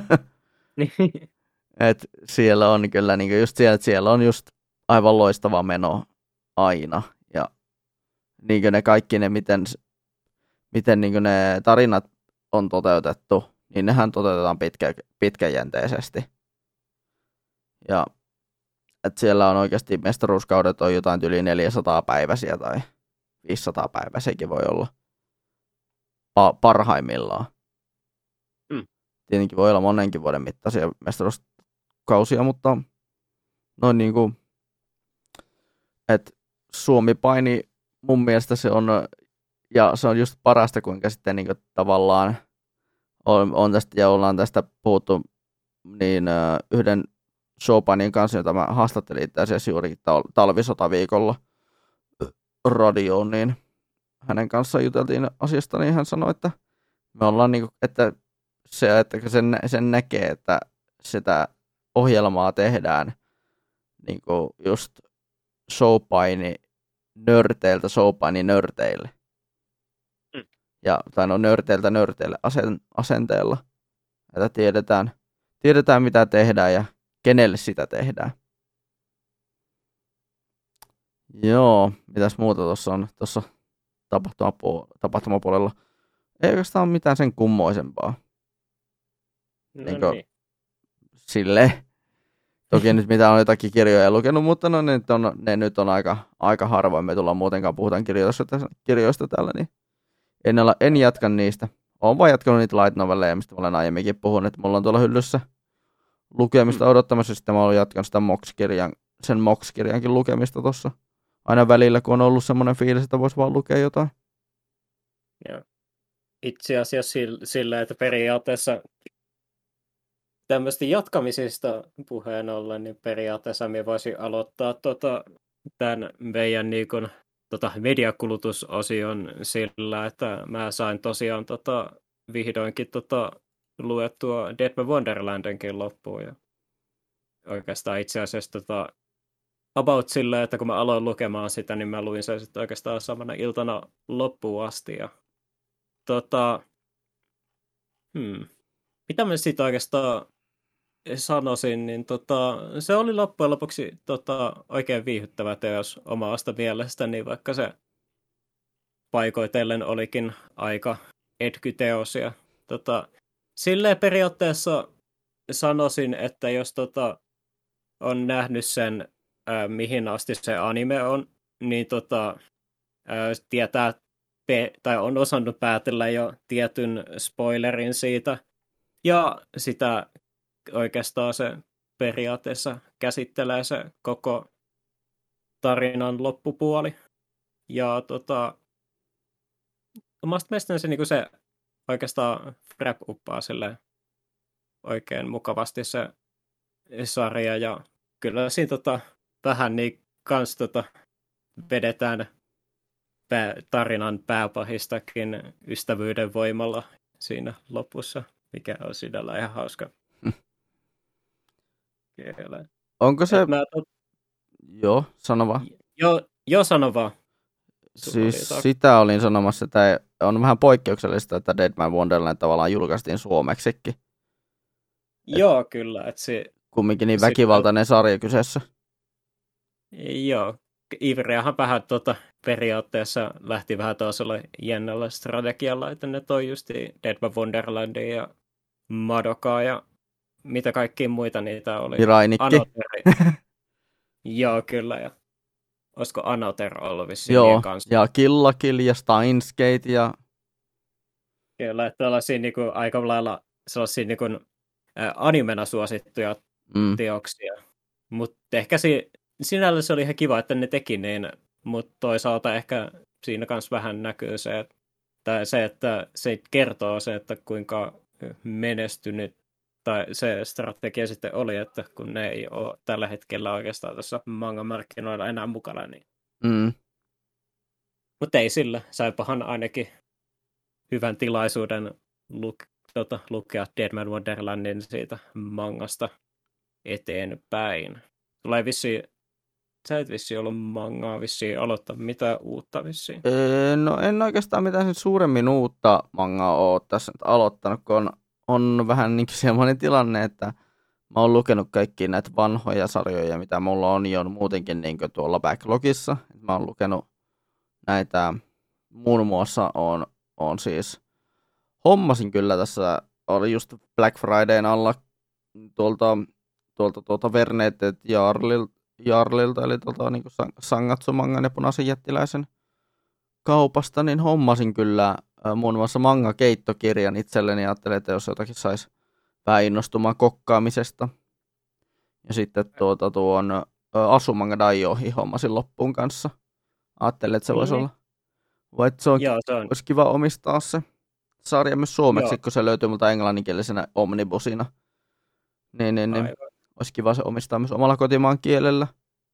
Et siellä on kyllä niin just siellä, että siellä on just aivan loistava meno aina. Ja niin ne kaikki ne, miten, miten niin ne tarinat on toteutettu, niin nehän toteutetaan pitkä, pitkäjänteisesti. Ja että siellä on oikeasti mestaruuskaudet on jotain yli neljäsataa päiväisiä tai viisisataa päiväisiäkin voi olla pa- parhaimmillaan. Mm. Tietenkin voi olla monenkin vuoden mittaisia mestaruuskausia, mutta noin niin kuin, että Suomi-paini mun mielestä se on, ja se on just parasta, kuinka sitten niin kuin tavallaan on, on tästä, ja ollaan tästä puhuttu niin yhden showpainin kanssa, jota mä haastattelin itse asiassa juuri tal- talvisotaviikolla radioon, niin hänen kanssaan juteltiin asiasta, niin hän sanoi, että me ollaan niin kuin, että se, että sen, sen näkee, että sitä ohjelmaa tehdään niin kuin just showpaini nörteiltä showpaini nörteille. Mm. Ja, tai no nörteiltä nörteille asen, asenteella. Että tiedetään, tiedetään mitä tehdään ja kenelle sitä tehdään. Joo, mitäs muuta tuossa on tuossa tapahtumapu- tapahtumapuolella? Ei oikeastaan ole mitään sen kummoisempaa. No niin niin. Silleen. Toki nyt mitä on jotakin kirjoja lukenut, mutta no, ne, nyt on, ne nyt on aika, aika harvoin. Me tullaan muutenkaan puhutaan kirjoista, kirjoista täällä, niin en, ala, en jatka niistä. Olen vaan jatkanut niitä light novelleja, mistä mä olen aiemminkin puhunut, että mulla on tuolla hyllyssä lukemista odottamassa, sitten mä olen jatkanut sitä Mox-kirjan, sen Mox-kirjankin lukemista tuossa aina välillä, kun on ollut semmoinen fiilis, että voisi vaan lukea jotain. Joo. Itse asiassa sillä, että periaatteessa tämmöistä jatkamisista puheen ollen, niin periaatteessa me voisi aloittaa tota, tämän meidän niin kun, tota, mediakulutusosion sillä, että mä sain tosiaan tota, vihdoinkin tota, luettua Deadman Wonderlandinkin loppuun. Ja oikeastaan itse asiassa tota, about sillä, että kun mä aloin lukemaan sitä, niin mä luin sen sitten oikeastaan samana iltana loppuun asti. Ja, tota, hmm, mitä mä siitä oikeastaan sanoisin, niin tota, se oli loppujen lopuksi tota, oikein viihyttävä teos omasta mielestäni, vaikka se paikoitellen olikin aika etkyteos. Ja, tota, silleen periaatteessa sanoisin, että jos tota, on nähnyt sen, ää, mihin asti se anime on, niin tota, ää, tietää pe- tai on osannut päätellä jo tietyn spoilerin siitä. Ja sitä oikeastaan se periaatteessa käsittelee se koko tarinan loppupuoli. Ja tota, omasta mielestäni se, niin se oikeastaan wrap-uppaa sille oikein mukavasti se sarja. Ja kyllä siinä tota, vähän niin kans tota, vedetään pää, tarinan pääpahistakin ystävyyden voimalla siinä lopussa, mikä on sinällä ihan hauska. Kyllä. Onko se... Mä tot... Joo, sano vaan. Joo, jo, sano vaan. Siis sitä olin sanomassa, että on vähän poikkeuksellista, että Deadman Wonderland tavallaan julkaistiin suomeksikin. Joo, et kyllä. Että se, kumminkin niin väkivaltainen sitten... sarja kyseessä. Joo. Ivriahan vähän tota, periaatteessa lähti vähän toisella jännällä strategialla, että ne toi just Deadman Wonderlandia ja Madokaa ja mitä kaikkia muita niitä oli. Pirainikki. Joo, kyllä. Ja olisiko Anoter ollut vissiin Joo, kanssa? ja Kill la Kill ja Steins;Gate ja... Kyllä, että tällaisia niin kuin, aika lailla sellaisia niin kuin, ä, animena suosittuja mm. teoksia. Mutta ehkä si- sinällä se oli ihan kiva, että ne teki niin, mutta toisaalta ehkä siinä kanssa vähän näkyy se, että, tai se, että se kertoo se, että kuinka menestynyt tai se strategia sitten oli, että kun ne ei ole tällä hetkellä oikeastaan tässä manga-markkinoilla enää mukana, niin... Mm. Mutta ei sillä. Saipahan ainakin hyvän tilaisuuden luk- tota, lukea Deadman Wonderlandin siitä mangasta eteenpäin. Tulee vissiin... Sä et vissiin ollut mangaa vissiin aloittaa. Mitä uutta vissiin? Öö, no en oikeastaan mitään sen suuremmin uutta mangaa ole tässä nyt aloittanut, kun on on vähän niin kuin sellainen tilanne, että mä oon lukenut kaikkia näitä vanhoja sarjoja, mitä mulla on jo muutenkin niin kuin tuolla backlogissa. Mä oon lukenut näitä muun muassa on, on siis, hommasin kyllä tässä, oli just Black Fridayn alla tuolta, tuolta, tuolta Vernetet Jarlilta, Jarlilta, eli tuolta niin Sangatsu-mangan ja Punaisen jättiläisen kaupasta, niin hommasin kyllä äh, muun muassa manga-keittokirjan itselleni ja ajattelin, että jos jotakin saisi vähän innostumaan kokkaamisesta. Ja sitten tuota, tuon äh, Asumanga Daiohi hommasin loppuun kanssa. Ajattelin, että se voisi olla, vai että se on, Joo, se on. olisi kiva omistaa se sarja myös suomeksi, Joo. kun se löytyy multa englanninkielisenä omnibusina. Niin, niin, niin. Olisi kiva se omistaa myös omalla kotimaan kielellä.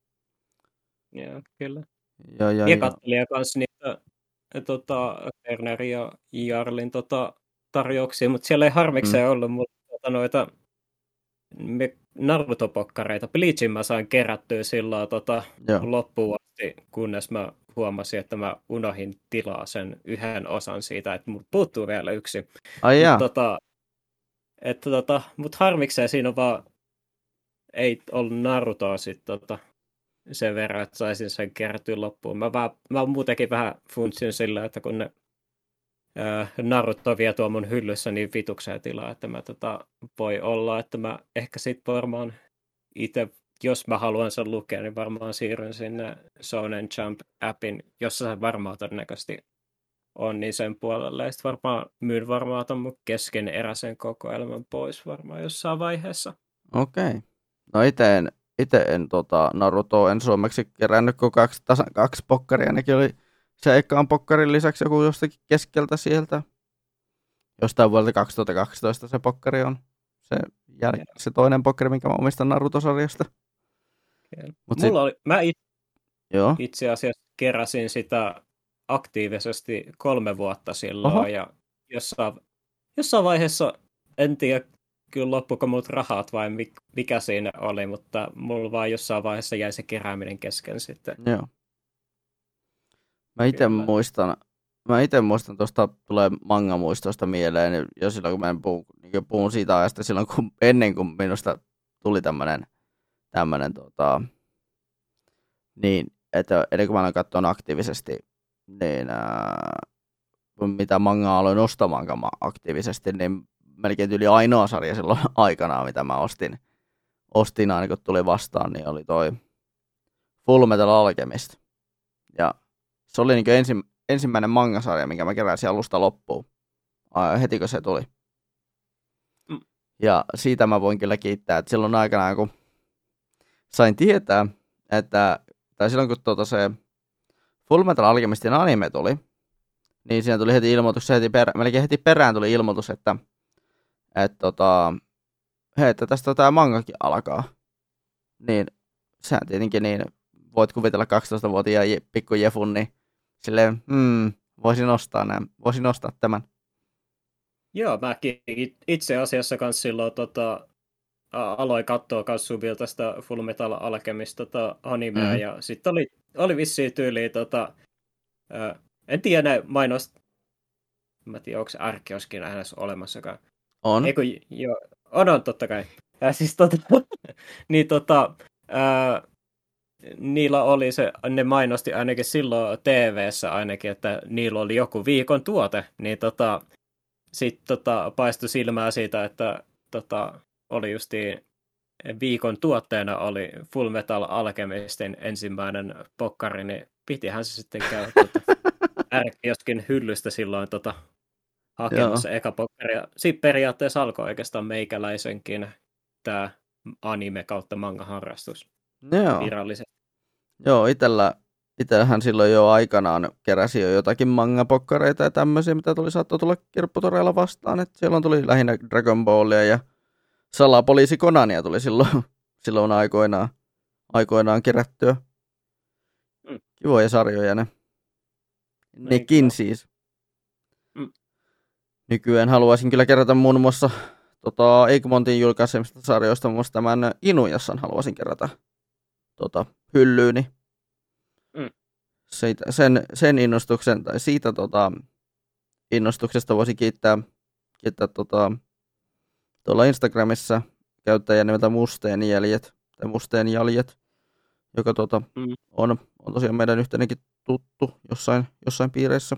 Joo, kyllä. Ja, ja, ja ja. katselin kanssa niitä tota, Werner ja Jarlin tota, tarjouksia, mutta siellä ei harmikseen mm. ollut mutta, tota, noita me, Naruto-pokkareita. Bleachin mä sain kerättyä silloin tota, loppuun asti, kunnes mä huomasin, että mä unohin tilaa sen yhden osan siitä, että mut puuttuu vielä yksi. Ai jaa. Mut, tota, että, tota, mut harmikseen siinä on vaan ei ollut Narutoa sit, tota, sen verran, että saisin sen kerättyä loppuun. Mä, vähän, mä muutenkin vähän funtsin sillä, että kun ne ää, Naruto vie tuo mun hyllyssä niin vitukseen tilaa, että mä tota, voi olla, että mä ehkä sit varmaan itse, jos mä haluan sen lukea, niin varmaan siirryn sinne Shonen Jump-appin, jossa se varmaan todennäköisesti on, niin sen puolelle. Ja sit varmaan myyn varmaan ton mun keskeneräisen kokoelman pois varmaan jossain vaiheessa. Okei. Okay. No ite en, ite en tota, Narutoa en suomeksi kerännyt, kun kaksi, tasan kaksi pokkaria. Nekin oli se ekaan pokkarin lisäksi joku jostakin keskeltä sieltä. Jostain vuodelta kaksituhattakaksitoista se pokkari on. Se, jäl- se toinen pokkari, minkä mä omistan Naruto-sarjasta. Mut Mulla sit... oli, mä it... Joo. itse asiassa keräsin sitä aktiivisesti kolme vuotta silloin. Oho. Ja jossain, jossain vaiheessa, en tiedä, kyllä loppuiko multa rahat vai mikä siinä oli, mutta mulla vaan jossain vaiheessa jäi se kerääminen kesken sitten. Joo. Mä ite muistan, mä ite muistan, tuosta tulee manga-muistosta mieleen, jo silloin kun mä puhun, niin puhun siitä ajasta, silloin kun, ennen kuin minusta tuli tämmönen, tämmönen tota, niin, että ennen kuin mä aloin katsoa aktiivisesti, niin ää, mitä mangaa aloin ostamaan aktiivisesti, niin melkein yli ainoa sarja silloin aikanaan, mitä mä ostin, ostin aina kun tuli vastaan, niin oli toi Fullmetal Alchemist. Ja se oli niin ensi, ensimmäinen manga-sarja, minkä mä keräsin alusta loppuun, heti kun se tuli. Mm. Ja siitä mä voin kyllä kiittää, että silloin aikanaan, kun sain tietää, että, tai silloin kun tuota se Fullmetal Alchemistin anime tuli, niin siinä tuli heti ilmoitus, heti perä, melkein heti perään tuli ilmoitus, että että tota, hei, että tästä tämä mangakin alkaa. Niin sehän tietenkin niin, voit kuvitella kaksitoistavuotiaan pikku Jefun, niin silleen, hmm, voisin ostaa näin, voisin ostaa tämän. Joo, mäkin itse asiassa kans silloin tota, aloin katsoa kans subilta sitä Fullmetal Alchemist tota, animea, mm-hmm. ja sitten oli, oli vissiin tyyliin, tota, ää, en tiedä ne mainost, mä en tiedä, onko se R-kioskin äänessä olemassakaan. On. Eiku, joo, on, on, totta kai. Ja siis tota, niin tota, ää, niillä oli se, ne mainosti ainakin silloin T V:ssä ainakin, että niillä oli joku viikon tuote, niin tota, sitten tota, paistui silmää siitä, että tota, oli justiin viikon tuotteena oli Fullmetal Alchemistin ensimmäinen pokkari, niin pitihän se sitten käydä tota, R-kioskin hyllystä silloin tota, hakemassa Joo. eka pokkari. Sitten periaatteessa alkoi oikeastaan meikäläisenkin tämä anime kautta manga-harrastus Joo. virallisesti. Joo, itellä, itellähän silloin jo aikanaan keräsi jo jotakin manga-pokkareita ja tämmöisiä, mitä tuli saattoi tulla kirpputoreilla vastaan. Et silloin tuli lähinnä Dragon Ballia ja Salapoliisi Conania tuli silloin, silloin aikoinaan, aikoinaan kerättyä. Mm. Kivoja sarjoja ne. Nekin no. siis. Mm. Nykyään haluaisin kyllä kerätä muun muassa tota, Egmontin julkaisemista sarjoista, muun muassa tämän Inuyashan haluaisin kerätä tota, hyllyyni. Mm. Siitä, sen, sen innostuksen, tai siitä tota, innostuksesta voisin kiittää, kiittää tota, tuolla Instagramissa käyttäjän nimeltä Musteenjäljet, tai Musteenjäljet, joka tota, mm. on, on tosiaan meidän yhteinenkin tuttu jossain, jossain piireissä.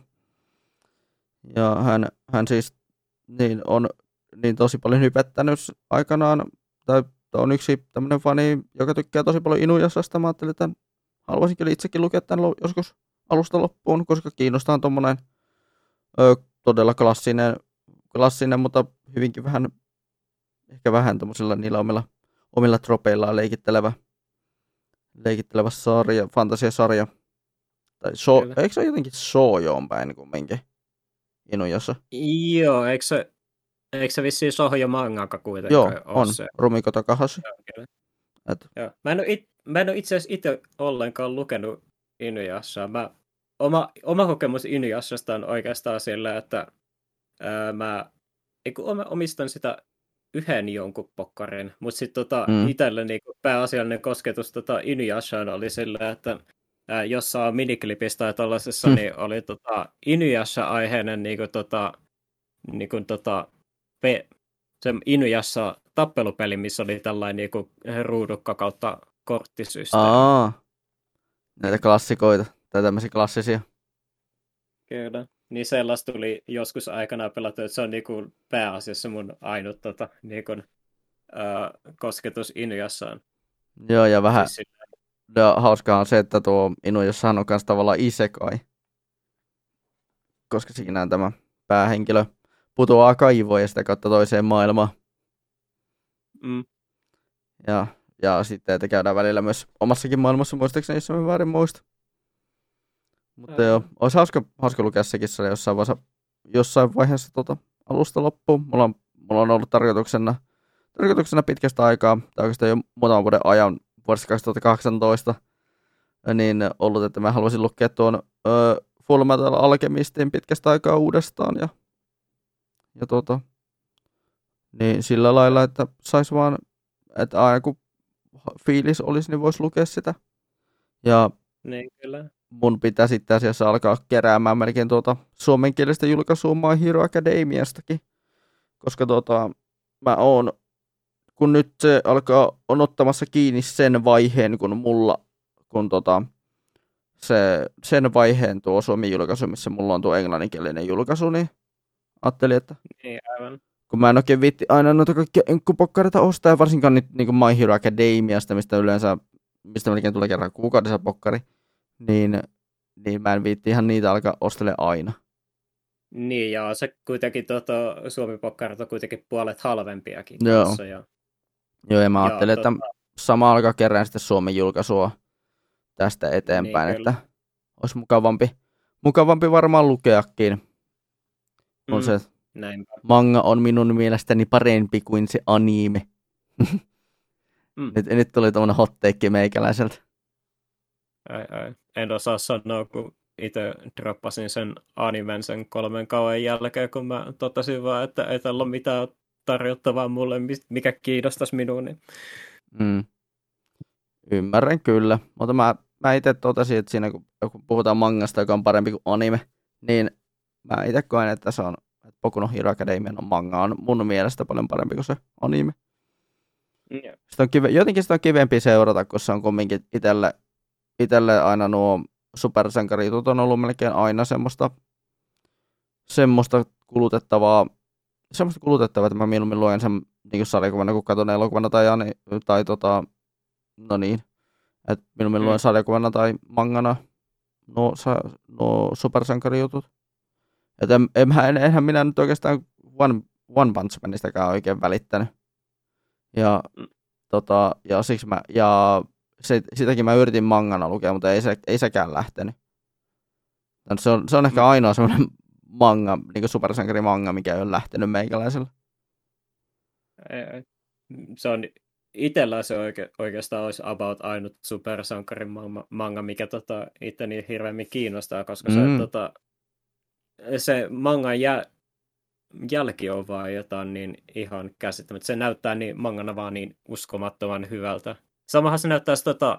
Ja hän, hän siis niin on niin tosi paljon hypettänyt aikanaan, tai on yksi tämmöinen fani, joka tykkää tosi paljon Inuyashasta. Mä ajattelin, että haluaisin kyllä itsekin lukea tämän joskus alusta loppuun, koska kiinnostaa tuommoinen todella klassinen, klassinen, mutta hyvinkin vähän, ehkä vähän tuommoisilla niillä omilla, omilla tropeillaan leikittelevä, leikittelevä sarja, fantasiasarja. Tai so, eikö se ole jotenkin shoujoon päin kumminkin Inuyasha? Joo, eikö se, eikö se vissiin shoujo mangaka kuitenkin? Joo, on. Se? Rumiko Takahashi. Et. Joo. Mä en ole, it, mä en ole itse asiassa itse ollenkaan lukenut Inuyashaa. Mä, oma, oma kokemus Inuyashasta on oikeastaan sillä, että ää, mä eiku, omistan sitä yhden jonkun pokkarin, mutta sitten tota, mm. itselle niinku pääasiallinen kosketus tota, Inuyashaan oli sillä, että ää, jossain miniklipissä tai tollasessa mm. niin oli tota, Inuyasha-aiheinen niinku, tota, niinku, tota, pe, se Inuyasha tappelupeli, missä oli tällainen niinku, ruudukka kautta korttisysteemi. Aa, näitä klassikoita tai tämmöisiä klassisia. Kyllä. Niin sellaista tuli joskus aikanaan pelattu, että se on niinku pääasiassa mun ainut tota, niinku, ää, kosketus Inuyashaan. Joo, ja vähän siis ja hauskaa on se, että tuo Inuyashahan on myös tavallaan isekai. Koska siinä tämä päähenkilö putoaa kaivoon ja sitä kautta toiseen maailmaan. Mm. Ja, ja sitten, että käydään välillä myös omassakin maailmassa, muistaakseni, jos mä väärin muista. Mutta Ää. joo, olisi hauska, hauska lukea sekin jossain vaiheessa, jossain vaiheessa tota, alusta loppuun. Mulla on, mulla on ollut tarkoituksena, tarkoituksena pitkästä aikaa, tai oikeastaan jo muutaman vuoden ajan, vuodesta kaksituhattakahdeksantoista, niin ollut, että mä haluaisin lukea tuon ö, Full Metal Alchemistin pitkästä aikaa uudestaan. Ja, ja tota, niin sillä lailla, että sais vaan, että aina kun fiilis olisi, niin voisi lukea sitä. Ja niin, kyllä. Mun pitää sitten asiassa alkaa keräämään melkein tuota suomenkielistä julkaisua My Hero Academiastakin, koska tuota, mä oon, kun nyt se alkaa, on ottamassa kiinni sen vaiheen, kun mulla, kun tota, se, sen vaiheen tuo suomen julkaisu, missä mulla on tuo englanninkielinen julkaisu, niin ajattelin, että niin, aivan. Kun mä en oikein viitti aina noita kaikkia enkkupokkareita ostaa, ja varsinkaan nyt niin kuin My Hero Academiasta, mistä yleensä, mistä melkein tulee kerran kuukaudessa pokkari, niin, niin mä en viitti ihan niitä alkaa ostele aina. Niin, ja se kuitenkin tota, Suomi-pokkarit on kuitenkin puolet halvempiakin. Joo. Kanssa, ja... Joo, ja mä ajattelin, että tota... sama alkaa kerran sitten Suomen julkaisua tästä eteenpäin, niin, että olisi mukavampi, mukavampi varmaan lukeakin, kun mm. se Näinpä. Manga on minun mielestäni parempi kuin se anime. mm. nyt, nyt tuli tuommoinen hot take meikäläiseltä. Ai, ai. En osaa sanoa, kun itse droppasin sen animen sen kolmen kauan jälkeen, kun mä totesin vaan, että ei tällä ole mitään tarjottavaa mulle, mikä kiinnostaisi minua. Niin... Mm. Ymmärrän kyllä, mutta mä, mä itse totesin, että siinä kun, kun puhutaan mangasta, joka on parempi kuin anime, niin mä itse koen, että se on että Boku no Hero Academian on manga on mun mielestä paljon parempi kuin se anime. Yeah. Sitä on kive, jotenkin sitä on kivempi seurata, kun se on kumminkin itselle, itselle aina nuo supersankaritut on ollut melkein aina semmoista, semmoista kulutettavaa, semmoista kulutettavaa, että mä mieluummin luen sen niin sarjakuvana, kun katson elokuvana tai, tai tota, no niin, että mieluummin mm. luen sarjakuvana tai mangana nuo, nuo supersankarijutut. Että en, en, enhän minä nyt oikeastaan One, One Punch Manistäkään oikein välittänyt. Ja, mm. tota, ja, siksi mä, ja se, sitäkin mä yritin mangana lukea, mutta ei, se, ei sekään lähtenyt. Se on, se on ehkä ainoa semmoinen manga, niin kuin supersankarimanga, mikä ei ole lähtenyt meikäläisellä. Ei, ei. Se on itsellä se oike, oikeastaan olisi about ainut supersankarimanga, mikä tota, itse niin hirveämmin kiinnostaa, koska mm. se tota, se mangan jäl- jälki on vaan jotain niin ihan käsittämättä. Se näyttää niin mangana vaan niin uskomattoman hyvältä. Samahan se näyttää tota,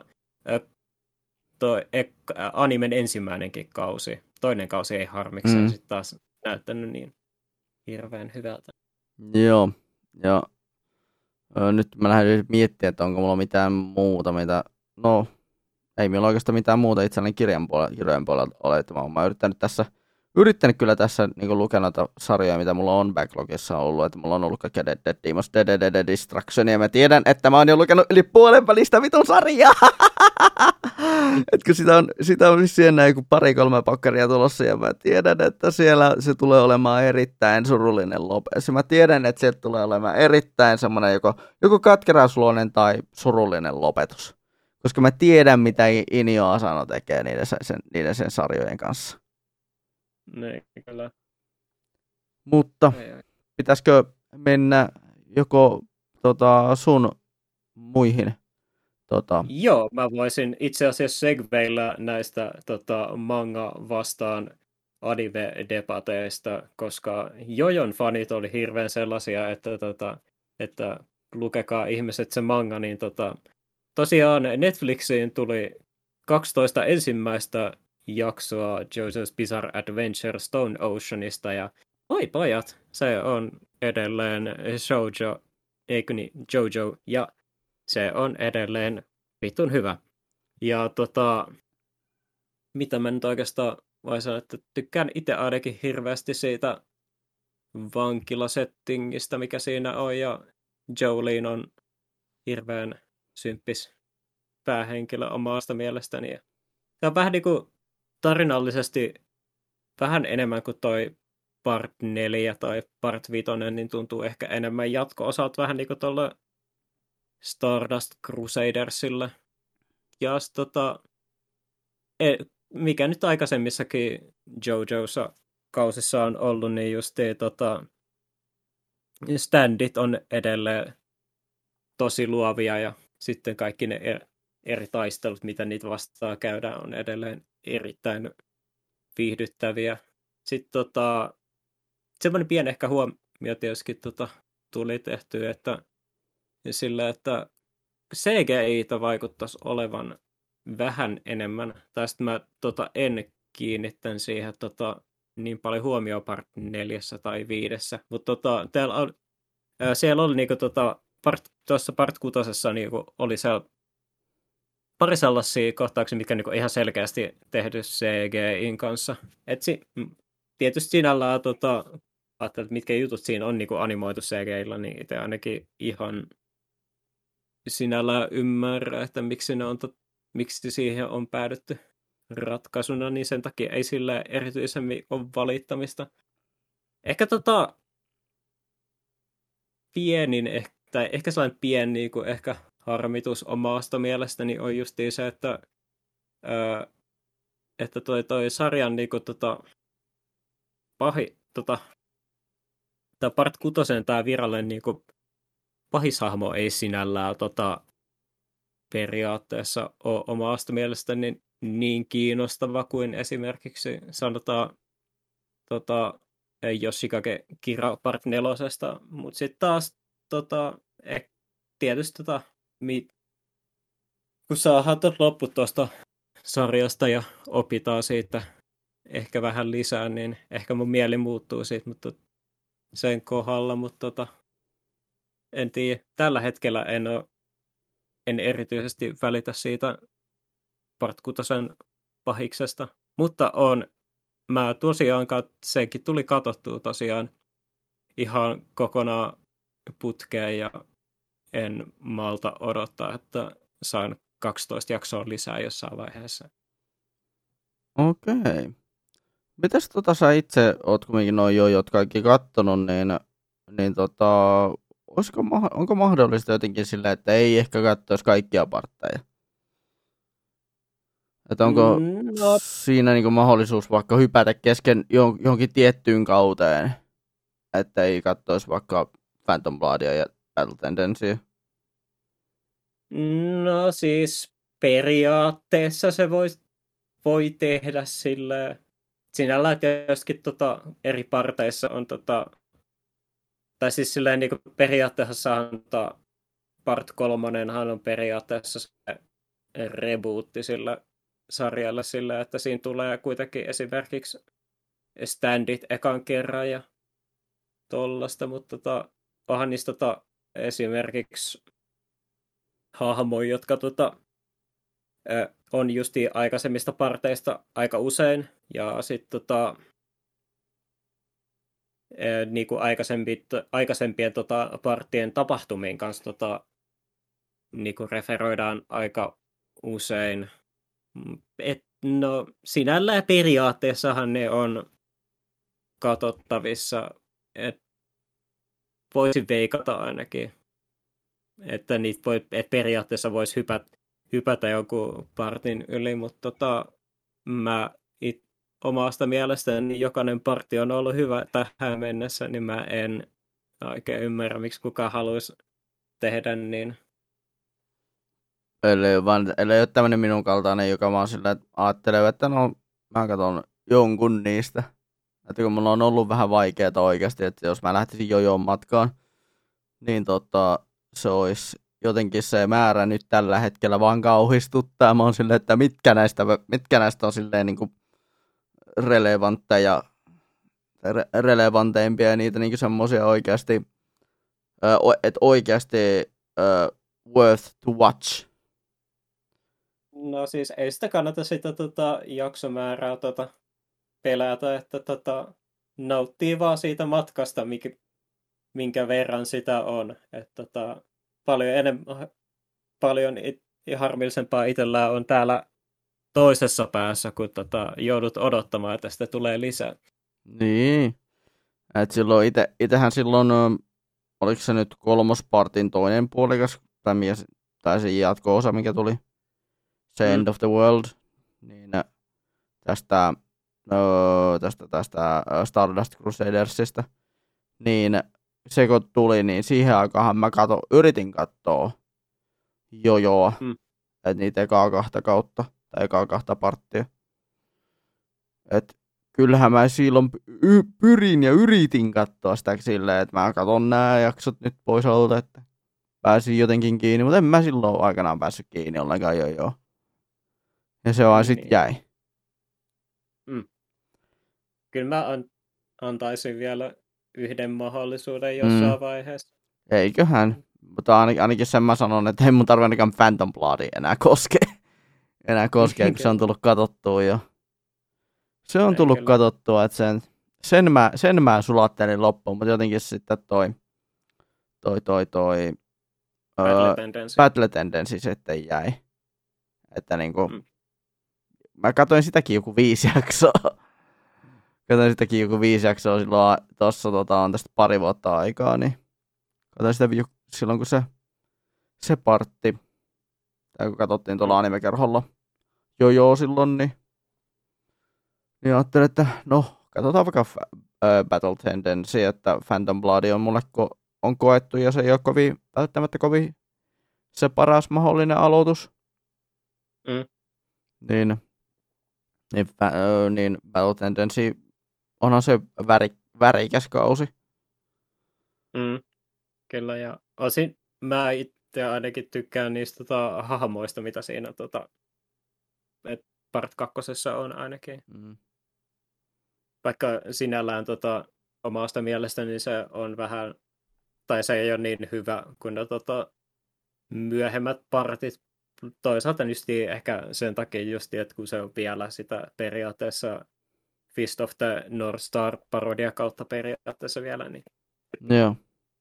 toi animen ensimmäinenkin kausi. Toinen kausi ei harmikseen mm. sitten taas näyttänyt niin hirveän hyvältä. Joo, ja ö, nyt mä lähden miettimään, että onko mulla mitään muuta, mitä... No, ei minulla oikeastaan mitään muuta itselleni kirjan puolella, kirjojen puolella ole. Että mä oon yrittänyt tässä, yrittänyt kyllä tässä niin lukea noita sarjoja, mitä mulla on backlogissa ollut. Että mulla on ollut kaikkea Dead Dead Demons, Dead Dead Dead Destruction, ja mä tiedän, että mä oon jo lukenut yli puolen välistä vitun sarjaa. Etkö sitä on, sitä on vissiin näin joku pari-kolme pakkaria tulossa, ja mä tiedän, että siellä se tulee olemaan erittäin surullinen lopetus. Mä tiedän, että sieltä tulee olemaan erittäin semmoinen joko, joko katkerausluoinen tai surullinen lopetus. Koska mä tiedän, mitä Inio Asano tekee niiden sen, niiden sen sarjojen kanssa. Niin, kyllä. Mutta ei, ei. Pitäisikö mennä joko tota, sun muihin? Tota... Joo, mä voisin itse asiassa segveillä näistä tota, manga vastaan anime-debateista, koska Jojon fanit oli hirveän sellaisia, että, tota, että lukekaa ihmiset se manga, niin tota, tosiaan Netflixiin tuli kaksitoista ensimmäistä jaksoa JoJo's Bizarre Adventure Stone Oceanista, ja oi pojat, se on edelleen shoujo, eikö niin, JoJo, ja se on edelleen vitun hyvä. Ja tota, mitä mä nyt oikeastaan voin sanoa, että tykkään itse ainakin hirveästi siitä vankilasettingistä, mikä siinä on, ja Jolene on hirveän symppis päähenkilö omasta mielestäni. Se on vähän niin kuin tarinallisesti vähän enemmän kuin toi part neljä tai part vitonen, niin tuntuu ehkä enemmän jatko-osat vähän niin kuin tuolla Stardust Crusadersille. Ja tota, mikä nyt aikaisemmissakin JoJossa kausissa on ollut, niin just tota, standit on edelleen tosi luovia, ja sitten kaikki ne eri taistelut, mitä niitä vastaan käydään, on edelleen erittäin viihdyttäviä. Sitten tota, semmoinen pieni ehkä huomio tietysti tota, tuli tehtyä, että sillä, että C G I-ta vaikuttaisi olevan vähän enemmän, tai sitten mä tota, en kiinnittän siihen tota, niin paljon huomioon part neljässä tai viidessä, mutta tota, on, ää, siellä oli niinku, tota, part, tuossa part kutosessa niinku, oli se pari sellaisia kohtauksia, mitkä niinku, ihan selkeästi tehty C G I:n kanssa. Et si, tietysti sinällään tota, ajattelin, että mitkä jutut siinä on niinku, animoitu C G I:llä, niin itse ainakin ihan sinällään ymmärrä, että miksi, ne on to, miksi siihen on päädytty ratkaisuna, niin sen takia ei sillä erityisemmin ole valittamista. Ehkä tota pienin, tai ehkä sellainen pieni niin kuin ehkä harmitus omasta mielestäni on justiin se, että, ää, että toi, toi sarjan niin kuin, tota, pahi, tota, tämä part kutosen tämä virallinen niin kuin, pahishahmo ei sinällään tota, periaatteessa ole omasta mielestäni niin kiinnostava kuin esimerkiksi sanotaan tota, Yoshikage Kira part nelosesta, mutta sitten taas tota, eh, tietysti tota, mi, kun saadaan tot loppu tuosta sarjasta ja opitaan siitä ehkä vähän lisää, niin ehkä mun mieli muuttuu siitä, mutta sen kohdalla, mutta tota, en tiedä. Tällä hetkellä en, ole, en erityisesti välitä siitä part kutosen pahiksesta, mutta on, mä tosiaan, senkin tuli katsottua tosiaan ihan kokonaan putkeen ja en malta odottaa, että saan kaksitoista jaksoa lisää jossain vaiheessa. Okei. Mitäs tota sä itse oot kumminkin noin jo, jotka kaikki kattonut, niin, niin tota, olisiko, onko mahdollista jotenkin sillä, että ei ehkä katsoisi kaikkia partteja? Että onko no. siinä niinku mahdollisuus vaikka hypätä kesken johonkin tiettyyn kauteen, että ei katsoisi vaikka Phantom Bloodia ja Battle Tendencya? No siis periaatteessa se voi, voi tehdä sillä sinällään tietysti tota, eri parteissa on tota, tai siis silleen niin periaatteessa tota, part kolmonenhan on periaatteessa se rebootti sillä sarjalla sillä, että siinä tulee kuitenkin esimerkiksi standit ekan kerran ja tollasta, mutta tota, onhan niistä tota, esimerkiksi hahmoja, jotka tota, ö, on justi aikaisemmista parteista aika usein, ja sitten tota, niin kuin aikaisempien tota, parttien tapahtumiin kanssa tota, niin kuin referoidaan aika usein. Et, no, sinällään periaatteessahan ne on katsottavissa, että voisin veikata ainakin, että niitä voi, et periaatteessa voisi hypätä, hypätä jonkun partin yli, mutta tota, mä it, omasta mielestäni jokainen partti on ollut hyvä tähän mennessä, niin mä en oikein ymmärrä, miksi kukaan haluaisi tehdä niin. Eli, vaan, eli ei ole tämmöinen minun kaltainen, joka vaan sillä, että ajattelee, että no mä katson jonkun niistä. Että kun mulla on ollut vähän vaikeaa oikeasti, että jos mä lähtisin jojoon matkaan, niin tota, se olisi jotenkin se määrä nyt tällä hetkellä vaan kauhistuttaa. Mä oon silleen, että mitkä näistä, mitkä näistä on silleen niin kuin relevantteja, re, relevanteimpia ja niitä niin semmoisia oikeasti, että oikeasti uh, worth to watch. No siis ei sitä kannata sitä tota, jaksomäärää tota, pelätä, että tota, nauttii vaan siitä matkasta, mikä, minkä verran sitä on. Että tota, paljon, enemmän, paljon it, harmillisempaa itsellään on täällä toisessa päässä, kun tota, joudut odottamaan, että sitä tulee lisää. Niin. Et silloin ite, itehän silloin, oliko se nyt kolmospartin toinen puolikas, tai, mies, tai se jatko-osa, mikä tuli, se mm. End of the World, niin tästä, öö, tästä, tästä Stardust Crusadersista, niin se kun tuli, niin siihen aikaan mä kato, yritin katsoa jojoa, mm. että niitä ekaa kahta kautta, tai ekaa kahta parttia. Että kyllähän mä silloin y- pyrin ja yritin katsoa sitä silleen, että mä katson nämä jaksot nyt pois alta, että pääsin jotenkin kiinni, mutta en mä silloin aikanaan päässyt kiinni ollenkaan jojoa. Ja se vaan sitten jäi. Mm. Kyllä mä an- antaisin vielä yhden mahdollisuuden jossain mm. vaiheessa. Eiköhän. Mutta ainakin, ainakin sen mä sanon, että ei mun tarvitse ainakaan Phantom Bloodia enää koskea. Enää koskea, kun se on tullut katsottua jo. Se on tullut Kyllä. katsottua, että sen, sen, mä, sen mä sulattelin loppuun, mutta jotenkin sitten toi toi toi toi Battle öö, Tendency. Battle Tendency sitten jäi. Että niinku mm. mä katsoin sitäkin joku viisi jaksoa. Katsoin sitäkin joku viisi jaksoa silloin tossa tota, on tästä pari vuotta aikaa, niin katsoin sitä silloin kun se se partti, tai kun katsottiin tuolla animekerholla jo joo silloin, niin niin ajattelin, että no, katsotaan vaikka äh, Battle Tendency, että Phantom Blood on mulle ko- on koettu, ja se ei ole kovin, välttämättä kovin se paras mahdollinen aloitus. Mm. Niin, niin, äh, niin Battle Tendency onhan se väri, värikäs kausi. Mm. Kyllä, ja osin mä itse ainakin tykkään niistä tota, hahmoista, mitä siinä tota, et part kakkosessa on ainakin. Mm. Vaikka sinällään tota, omasta mielestäni se on vähän, tai se ei ole niin hyvä kuin ne tota, myöhemmät partit. Toisaalta just ehkä sen takia just, että kun se on vielä sitä periaatteessa Fist of the North Star parodia kautta periaatteessa vielä. Niin... Joo.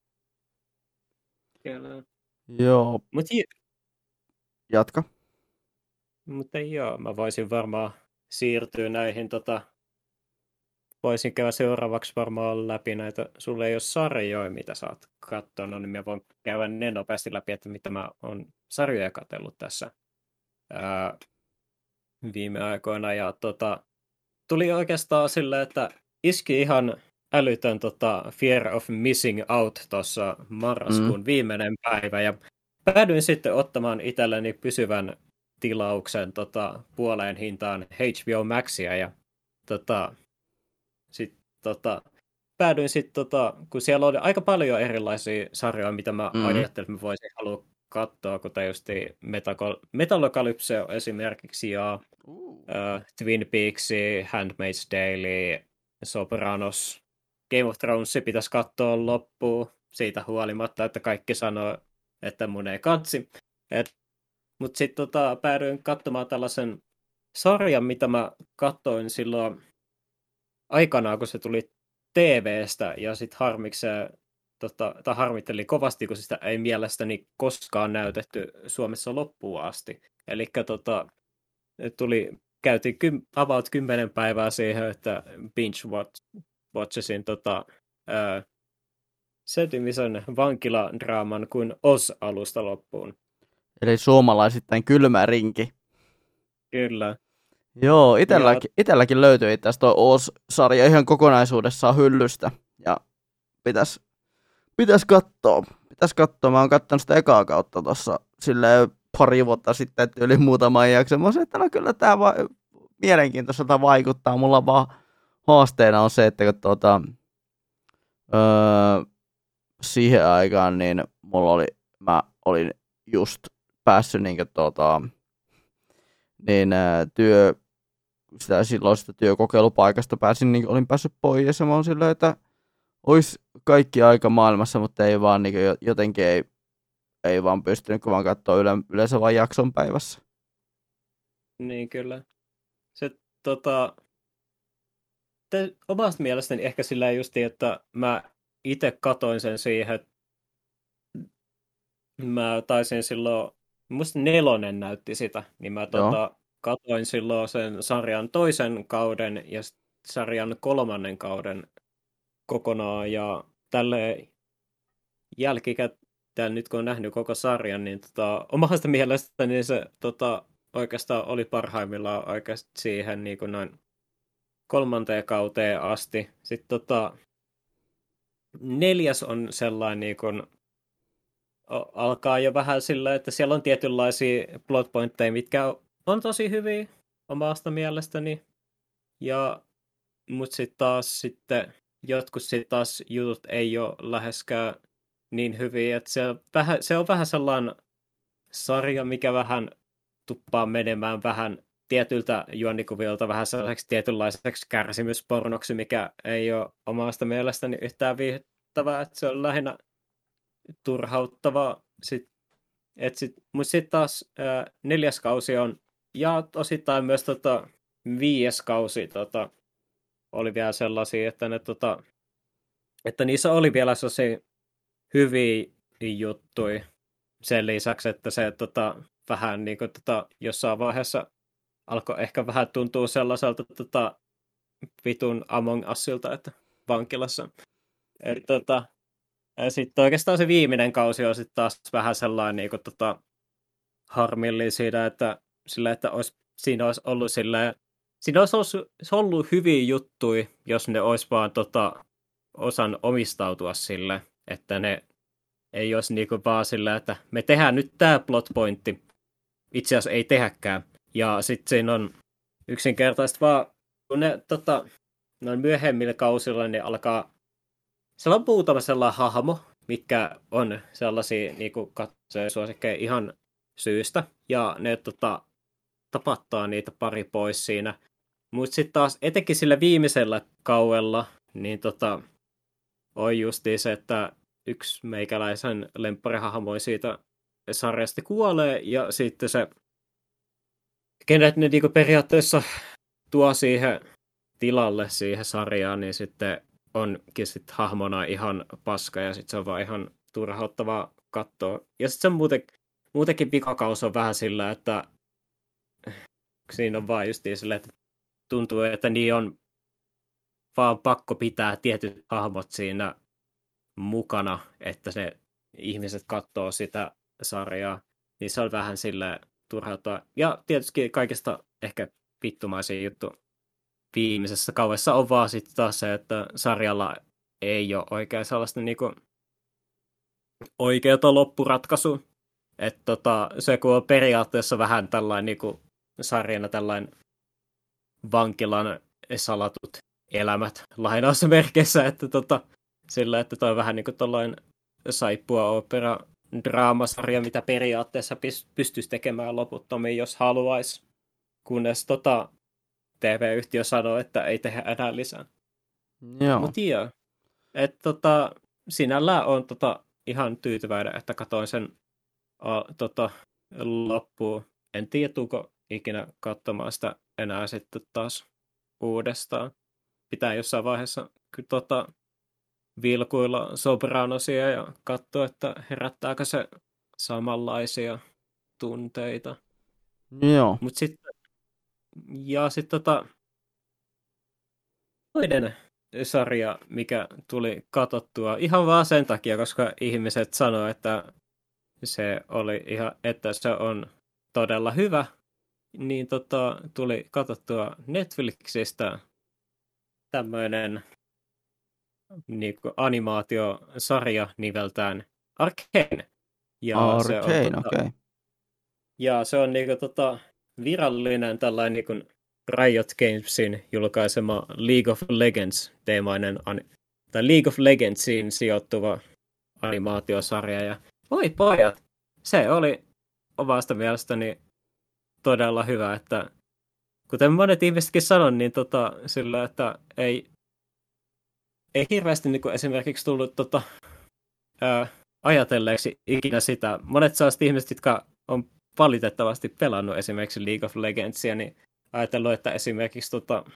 Kyllä. Joo. Mut j- Jatka. Mutta joo, mä voisin varmaan siirtyä näihin tota, voisin käydä seuraavaksi varmaan läpi näitä, sulle ei ole sarjoja, mitä sä oot katsonut, niin mä voin käydä ne nopeasti läpi, että mitä mä oon sarjoja katsellut tässä ää, viime aikoina. Ja tota, tuli oikeastaan silleen, että iski ihan älytön tota, Fear of Missing Out tuossa marraskuun mm. viimeinen päivä, ja päädyin sitten ottamaan itselleni pysyvän tilauksen tota, puoleen hintaan H B O Maxia, ja tota, Sitten tota, päädyin sitten, tota, kun siellä oli aika paljon erilaisia sarjoja, mitä mä mm. ajattelin, että mä voisin halua katsoa, kuten just Metalocalypse esimerkiksi, ja uh. uh, Twin Peaks, Handmaid's Tale, Sopranos, Game of Thrones pitäisi katsoa loppuun, siitä huolimatta, että kaikki sanoo, että mun ei katsi. Et, Mutta sitten tota, päädyin katsomaan tällaisen sarjan, mitä mä katsoin silloin aikanaan, kun se tuli T V:stä, ja sitten harmikseen, tota, tai harmitteli kovasti, kun sitä ei mielestäni koskaan näytetty Suomessa loppuun asti. Eli tota, tuli, käytiin kym, about kymmenen päivää siihen, että binge watch, watchasin tota, ää, Setimisen vankiladraaman kuin Oz alusta loppuun. Eli suomalaisittain kylmä rinki. Kyllä. Joo, itelläkin, ja... itelläkin löytyy itse asiassa toi Oz-sarja ihan kokonaisuudessaan hyllystä. Ja pitäisi pitäis katsoa. Pitäis katsoa. Mä oon katsonut sitä ekaa kautta tuossa silleen pari vuotta sitten, että yli muutaman jakson. Mä sanoin, että no kyllä tää va- mielenkiintoiselta vaikuttaa. Mulla vaan haasteena on se, että kun tuota, öö, siihen aikaan niin mulla oli, mä olin just päässyt niin kuin, tuota, niin ää, työ, sitä silloisesta työkokeilupaikasta pääsin, niin olin päässyt pois, ja mä oon silleen, että olisi kaikki aika maailmassa, mutta ei vaan niin kuin, jotenkin ei, ei vaan pystynyt, kun vaan katsoa yle, yleensä vain jakson päivässä. Niin kyllä. Se tota, te, omasta mielestäni ehkä sillä justiin, että mä itse katoin sen siihen, että mä taisin silloin, musta nelonen näytti sitä, niin mä tota, katoin silloin sen sarjan toisen kauden ja sarjan kolmannen kauden kokonaan, ja tälle jälkikäteen, nyt kun on nähnyt koko sarjan, niin tota, omasta mielestäni se tota, oikeastaan oli parhaimmillaan oikeasti siihen niin kuin noin kolmanteen kauteen asti. Sitten tota, neljäs on sellainen, niin kuin, alkaa jo vähän sillä, että siellä on tietynlaisia plotpointteja, mitkä on tosi hyviä omasta mielestäni. Ja, mutta sitten taas sitten, jotkut sitten taas jutut ei ole läheskään niin hyviä, että se, vähän, se on vähän sellainen sarja, mikä vähän tuppaa menemään vähän tietyltä juonikuvilta vähän sellaiseksi tietynlaiseksi kärsimyspornoksi, mikä ei ole omasta mielestäni yhtään viihdyttävää, että se on lähinnä turhauttavaa. Sit, sit, mutta sitten taas ää, neljäs kausi on, ja osittain myös tota, viides kausi tota, oli vielä sellaisia, että, ne, tota, että niissä oli vielä sellaisia hyviä juttuja. Sen lisäksi, että se tota, vähän niin kuin, tota, jossain vaiheessa alkoi ehkä vähän tuntua sellaiselta tota, vitun Among Usilta, että vankilassa. Eli tota, sitten oikeastaan se viimeinen kausi on sitten taas vähän sellainen niin kuin, tota, harmillinen siitä, että, sillä, että olisi, siinä olisi ollut silleen, siinä olisi ollut, ollut hyviä juttuja, jos ne olisi vaan tota, osan omistautua sille, että ne ei olisi niinku vaan sillä, että me tehdään nyt tämä plotpointti. Itse asiassa ei tehäkään. Ja sitten siinä on yksinkertaisesti vaan, kun ne tota, noin myöhemmillä kausilla ne alkaa, siellä on muutama sellainen hahmo, mitkä on sellaisia niinku katsojasuosikkeja ihan syystä. Ja ne tota, tapattaa niitä pari pois siinä. Mutta sitten taas etenkin sillä viimeisellä kauella, niin tota, on justiin se, että yksi meikäläisen lempparihahmoi siitä sarjasta kuolee, ja sitten se, kenet ne niinku periaatteessa tuo siihen tilalle, siihen sarjaan, niin sitten onkin sit hahmona ihan paska, ja sitten se on vaan ihan turhauttavaa katsoa. Ja sitten se on muuten, muutenkin pikakaus on vähän sillä, että siinä on vaan justiin sillä, että tuntuu, että niin on vaan pakko pitää tietyt hahmot siinä mukana, että ne ihmiset katsoo sitä sarjaa, niin se on vähän sille turhauttavaa. Ja tietysti kaikista ehkä vittumaisin juttu viimeisessä kauessa on vaan sitten taas se, että sarjalla ei ole oikein sellaista niinku oikeata loppuratkaisua. Että tota, se kun on periaatteessa vähän tällainen niinku sarjana tällainen vankilan salatut elämät lainausmerkeissä, että tota, sillä, että toi on vähän niin kuin tollainen saippua opera draamasarja, mitä periaatteessa pystyisi tekemään loputtomiin, jos haluaisi, kunnes tota T V-yhtiö sanoo, että ei tehdä enää lisää. Joo. Mutta joo, että tota, sinällään on tota ihan tyytyväinen, että katoin sen a, tota, loppuun. En tiedä, tuuko ikinä katsomaan sitä enää sitten taas uudestaan. Pitää jossain vaiheessa kyllä tota, vilkuilla Sopranosia ja katsoa, että herättääkö se samanlaisia tunteita. Joo. Mut sitten, ja sitten tota, toinen sarja, mikä tuli katsottua ihan vaan sen takia, koska ihmiset sanoo, että se oli ihan, että se on todella hyvä, niin tota, tuli katsottua Netflixistä tämmöinen niin kuin animaatiosarja nimeltään Arcane. Ja Arcane, se on, tota, okei. Okay. ja se on niin kuin, tota, virallinen tällainen niin kuin Riot Gamesin julkaisema League of Legends-teemainen, tai League of Legendsiin sijoittuva animaatiosarja. Ja oi pojat, se oli omasta mielestäni todella hyvä, että kuten monet ihmisetkin sanon, niin tota, sillä, että ei, ei hirveästi niin kuin esimerkiksi tullut tota, ää, ajatelleeksi ikinä sitä. Monet sellaiset ihmiset, jotka on valitettavasti pelannut esimerkiksi League of Legendsia, niin ajatellut, että esimerkiksi tota,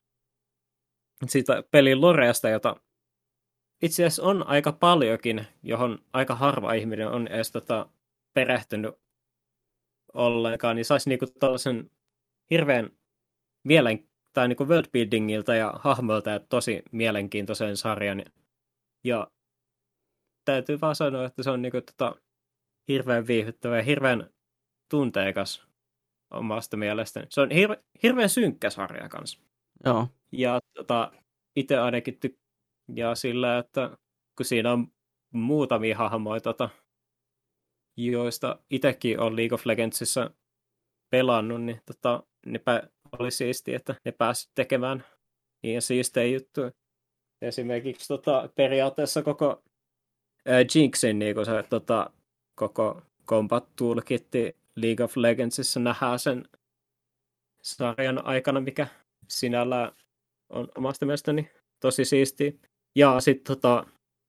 siitä pelin loreasta, jota itse asiassa on aika paljonkin, johon aika harva ihminen on edes tota, perehtynyt ollenkaan, niin saisi niinku tällaisen hirveän mielen tai niinku worldbuildingilta ja hahmoilta ja tosi mielenkiintoisen sarjan. Ja täytyy vaan sanoa, että se on niinku tota, hirveän viihdyttävä ja hirveän tunteikas omasta mielestäni. Se on hirve, hirveän synkkä sarja kanssa. Joo. Ja tota, itse ainakin ty- ja sillä, että kun siinä on muutamia hahmoja, tota, joista itsekin on League of Legendsissa pelannut, niin tota, nepä oli siistiä, että ne pääsi tekemään niin siistejä juttuja. Esimerkiksi tota, periaatteessa koko ää, Jinxin niin se tota, koko combat toolkitti League of Legendsissa nähdään sen sarjan aikana, mikä sinällään on omasta mielestäni tosi siistiä. Ja sitten tota,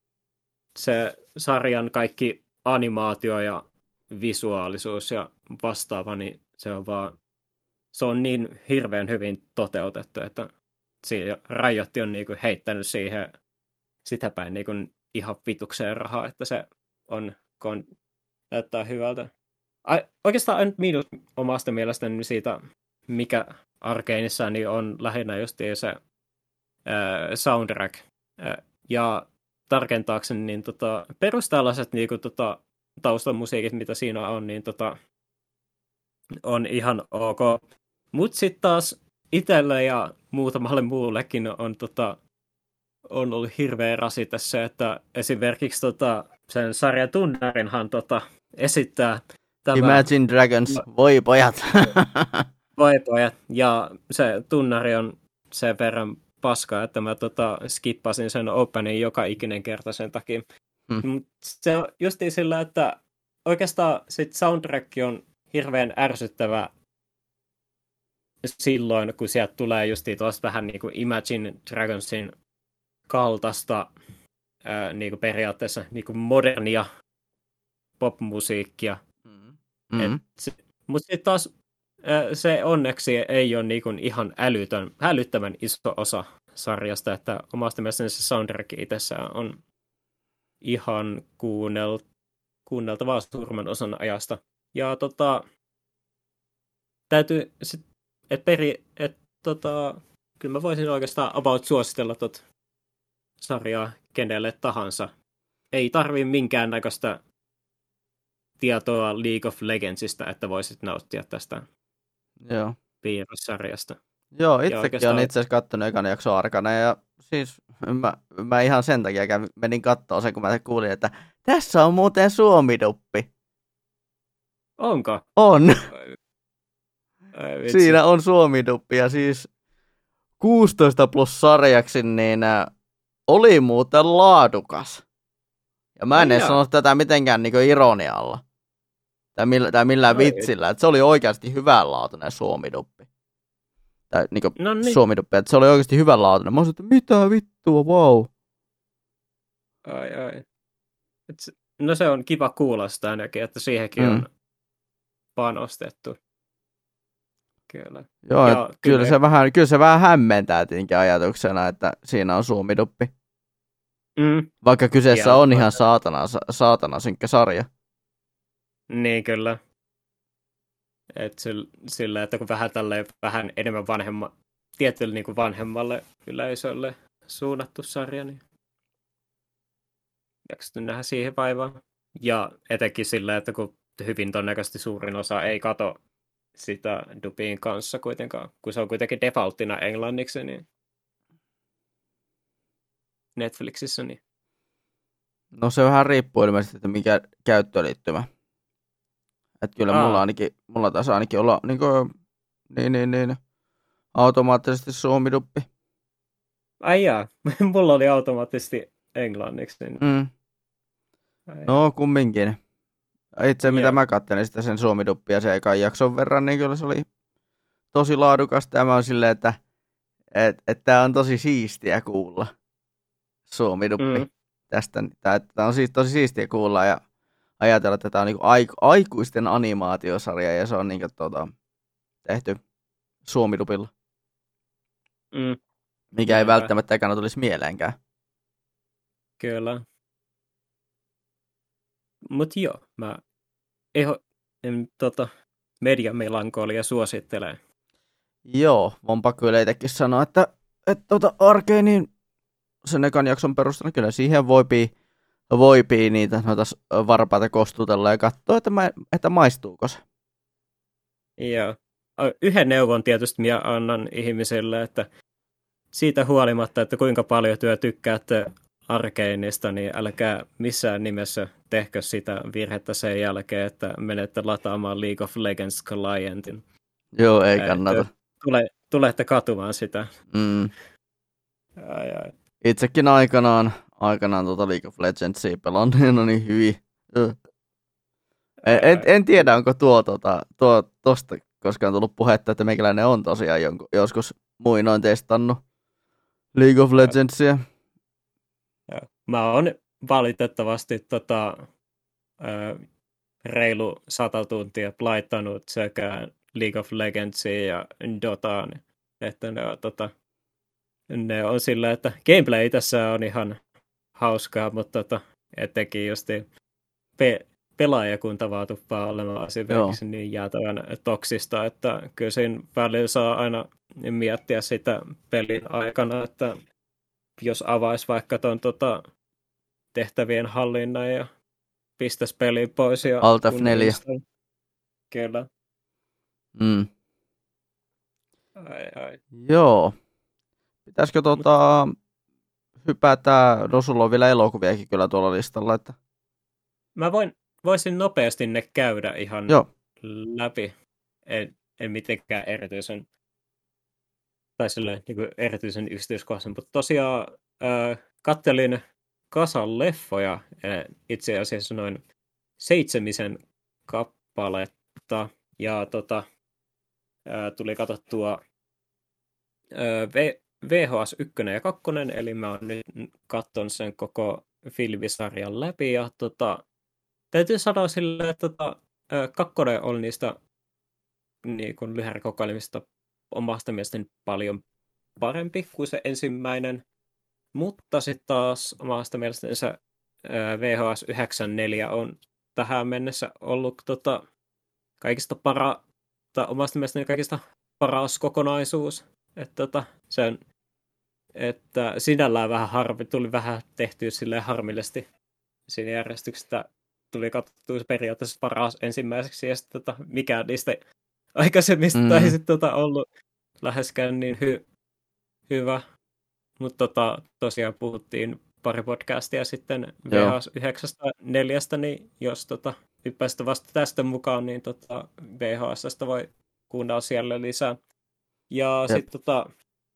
se sarjan kaikki animaatio ja visuaalisuus ja vastaava, niin se on vaan, se on niin hirveän hyvin toteutettu, että siinä Riot on niinku heittänyt siihen sitä päin niinku ihan vitukseen rahaa, että se on, on näyttää hyvältä. Ai, oikeastaan ainut miinus omasta mielestäni siitä, mikä Arcaneissa niin on lähinnä just se ää, soundtrack. Ää, ja tarkentaakseni, niin tota, perus tällaiset niinku, tota, taustamusiikit, mitä siinä on, niin tota, on ihan ok. Mutta sitten taas itselle ja muutamalle muullekin on, tota, on ollut hirveä rasite se, että esimerkiksi tota, sen sarjan tunnarinhan tota, esittää tämä... Imagine Dragons, voi pojat. Voi pojat, ja se tunnari on sen verran paskaa, että mä tota, skippasin sen openin joka ikinen kerta sen takia. Mm. Se on justiin sillä, että oikeastaan sit soundtrack on hirveän ärsyttävä silloin, kun sieltä tulee justiin tuosta vähän niin kuin Imagine Dragonsin kaltaista ää, niin kuin periaatteessa niin kuin modernia popmusiikkia. Mm. Mutta sitten taas ää, se onneksi ei ole niin kuin ihan älytön, älyttömän iso osa sarjasta, että omasta mielestäni se soundtrack itsessään on ihan kuunnel, kuunneltavaa suurimman osan ajasta. Ja tota, täytyy sit, et peri, et tota, kyllä mä voisin oikeastaan about suositella tot sarjaa kenelle tahansa. Ei tarvii minkäännäköistä tietoa League of Legendsista, että voisit nauttia tästä Joo. piirrossarjasta. Joo, itsekin oikeastaan... olen itse asiassa kattonut ekan jakso Arcane, ja siis mä, mä ihan sen takia menin katsoa sen, kun mä kuulin, että tässä on muuten suomiduppi. Onko? On. Ai, siinä on suomiduppi, ja siis kuusitoista plus sarjaksi, niin äh, oli muuten laadukas. Ja mä en edes sano tätä mitenkään niin kuin ironialla. Tai, millä, tai millään Ai, vitsillä, että se oli oikeasti hyvänlaatuinen suomiduppi. Tai niin kuin no niin. suomiduppi, että se oli oikeasti hyvänlaatuinen. Mä olisin, että mitä vittua, wow. Ai ai. Et, no se on kiva kuulla sitä ainakin, että siihenkin mm. on panostettu. Kyllä. Joo, Ja kyllä, kyllä, se vähän, kyllä se vähän hämmentää tietenkin ajatuksena, että siinä on suomiduppi. Mm. Vaikka kyseessä Ja on ihan saatana, saatana synkkä sarja. Niin, kyllä. Et sillä, että kun vähän tälleen, vähän enemmän vanhemma, tietylle niin kuin vanhemmalle yleisölle suunnattu sarja, niin jaksettu nähdä siihen vaivaan. Ja etenkin sillä, että kun hyvin todennäköisesti suurin osa ei kato sitä dubin kanssa kuitenkaan, kun se on kuitenkin defaulttina englanniksi, niin Netflixissä, niin no se vähän riippuu ilmeisesti, että mikä käyttöliittymä. Että kyllä Aa. mulla ainakin, mulla taisi ainakin olla niin, kuin, niin, niin, niin automaattisesti suomiduppi. Ai jaa, mulla oli automaattisesti englanniksi. Niin... Mm. No kumminkin. Itse mitä mä katselin sitä sen suomiduppia sen ekan jakson verran, niin kyllä se oli tosi laadukasta. Ja mä oon silleen, että et, et tää on tosi siistiä kuulla suomiduppi Mm. tästä. Tää on siis tosi siistiä kuulla ja ajatella, että tää on niinku aiku, aikuisten animaatiosarja ja se on niinku tota, tehty suomidupilla. Mm. Mikä ei Näinpä. välttämättä ekana tulisi mieleenkään. Kyllä. Mut joo, mä eho, en, tota, mediamelankolia suosittelen. Joo, onpa kyllä itsekin sanoa, että, että tota Arkeenin sen ekan jakson perusteella kyllä siihen voipii, voipii niitä noita varpaita kostutella ja katsoa, että, mä, että maistuuko se. Joo. Yhden neuvon tietysti minä annan ihmisille, että siitä huolimatta, että kuinka paljon työ tykkäätte Arkeinista, niin älkää missään nimessä tehkö sitä virhettä sen jälkeen, että menette lataamaan League of Legends clientin. Joo, ei kannata. Tule, tulette katumaan sitä. Mm. Ai, ai. Itsekin aikanaan, aikanaan tuota League of Legendsia pelanneena niin hyvin. En, en, en tiedä, onko tuo, tuota, tuo tosta koskaan tullut puhetta, että meikäläinen on tosiaan jonkun, joskus muinoin testannut League of Legendsia. Ja. Mä oon valitettavasti tota, ää, reilu sata tuntia laittanut sekä League of Legendsia ja Dotaan, että ne on, tota, ne on sillä, että gameplay tässä on ihan hauskaa, mutta tota, etenkin just pe- pelaajakunta vaan tuppaa olemaan esimerkiksi Joo. niin jäätävän toksista, että kyllä siinä välillä saa aina miettiä sitä pelin aikana, että jos avaisi vaikka ton tota, tehtävien hallinnan ja pistäisi pelin pois. Ja Alt F neljä. Kyllä. Mm. Ai, ai. Joo. Pitäisikö tota hypätä, no sulla on vielä elokuviakin kyllä tuolla listalla, että... Mä voin, voisin nopeasti ne käydä ihan Joo. läpi. En, en mitenkään erityisen, tai silleen niin kuin erityisen yksityiskohtaisen, mutta tosiaan äh, kattelin kasan leffoja, äh, itse asiassa noin seitsemisen kappaletta, ja tota, äh, tuli katsottua äh, v- V H S yksi ja kaksi, eli mä oon nyt katson sen koko filmisarjan läpi, ja tota, täytyy sanoa silleen, että tota, äh, kakkonen oli niistä niin kuin lyhärikokoelmista omasta mielestäni paljon parempi kuin se ensimmäinen, mutta sitten taas omasta mielestäni se V H S yhdeksänkymmentäneljä on tähän mennessä ollut tota, kaikista para, tai omasta mielestäni kaikista paras kokonaisuus. Että tota, sen, että sinällään vähän harmi, tuli vähän tehtyä silleen harmillisesti siinä järjestyksessä, tuli katsottua periaatteessa paras ensimmäiseksi, ja sitten tota, mikään niistä aikaisemmista mm. ei sitten tota, ollut läheskään niin hy- hyvä. Mutta tota, tosiaan puhuttiin pari podcastia sitten V H S yhdeksänkymmentäneljä, niin jos tota, hyppäisitte vasta tästä mukaan, niin tota, V H S:stä voi kuunnella siellä lisää. Ja sitten tota,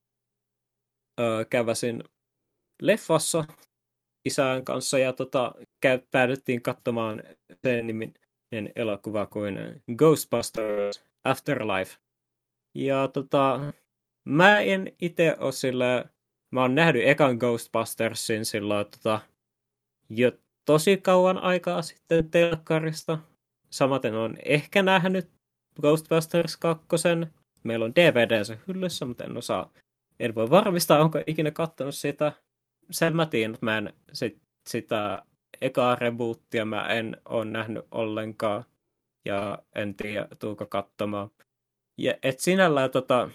käväsin leffassa isän kanssa ja tota, käy, päädyttiin katsomaan sen niminen elokuva kuin Ghostbusters Afterlife. Ja tota, mä en itse ole sillä, mä oon nähnyt ekan Ghostbustersin silloin tota, jo tosi kauan aikaa sitten telkkarista. Samaten on ehkä nähnyt Ghostbusters kaksi. Meillä on D V D se hyllyssä, mutta en osaa, en voi varmistaa, onko ikinä katsonut sitä. Sen mä tiedän, että mä en sit, sitä ekaa rebootia mä en ole nähnyt ollenkaan. Ja en tiedä, tuuko katsomaan. Ja et sinällään tota,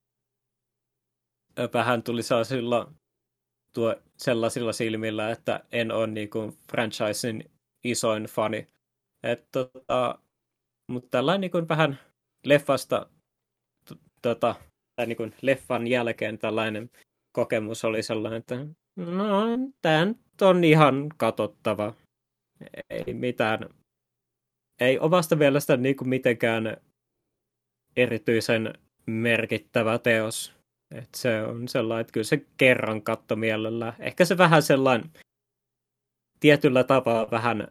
vähän tuli sellaisilla, tuo, sellaisilla silmillä, että en ole niinku franchisen isoin fani. Et, tota, mutta tällainen niinku vähän leffasta, tota, tai niinku leffan jälkeen tällainen kokemus oli sellainen, että no, tämä on ihan katsottava. Ei mitään, ei omasta mielestä niinku mitenkään erityisen merkittävä teos. Et se on sellainen, että kyllä se kerran katto mielellään. Ehkä se vähän sellainen tietyllä tapaa vähän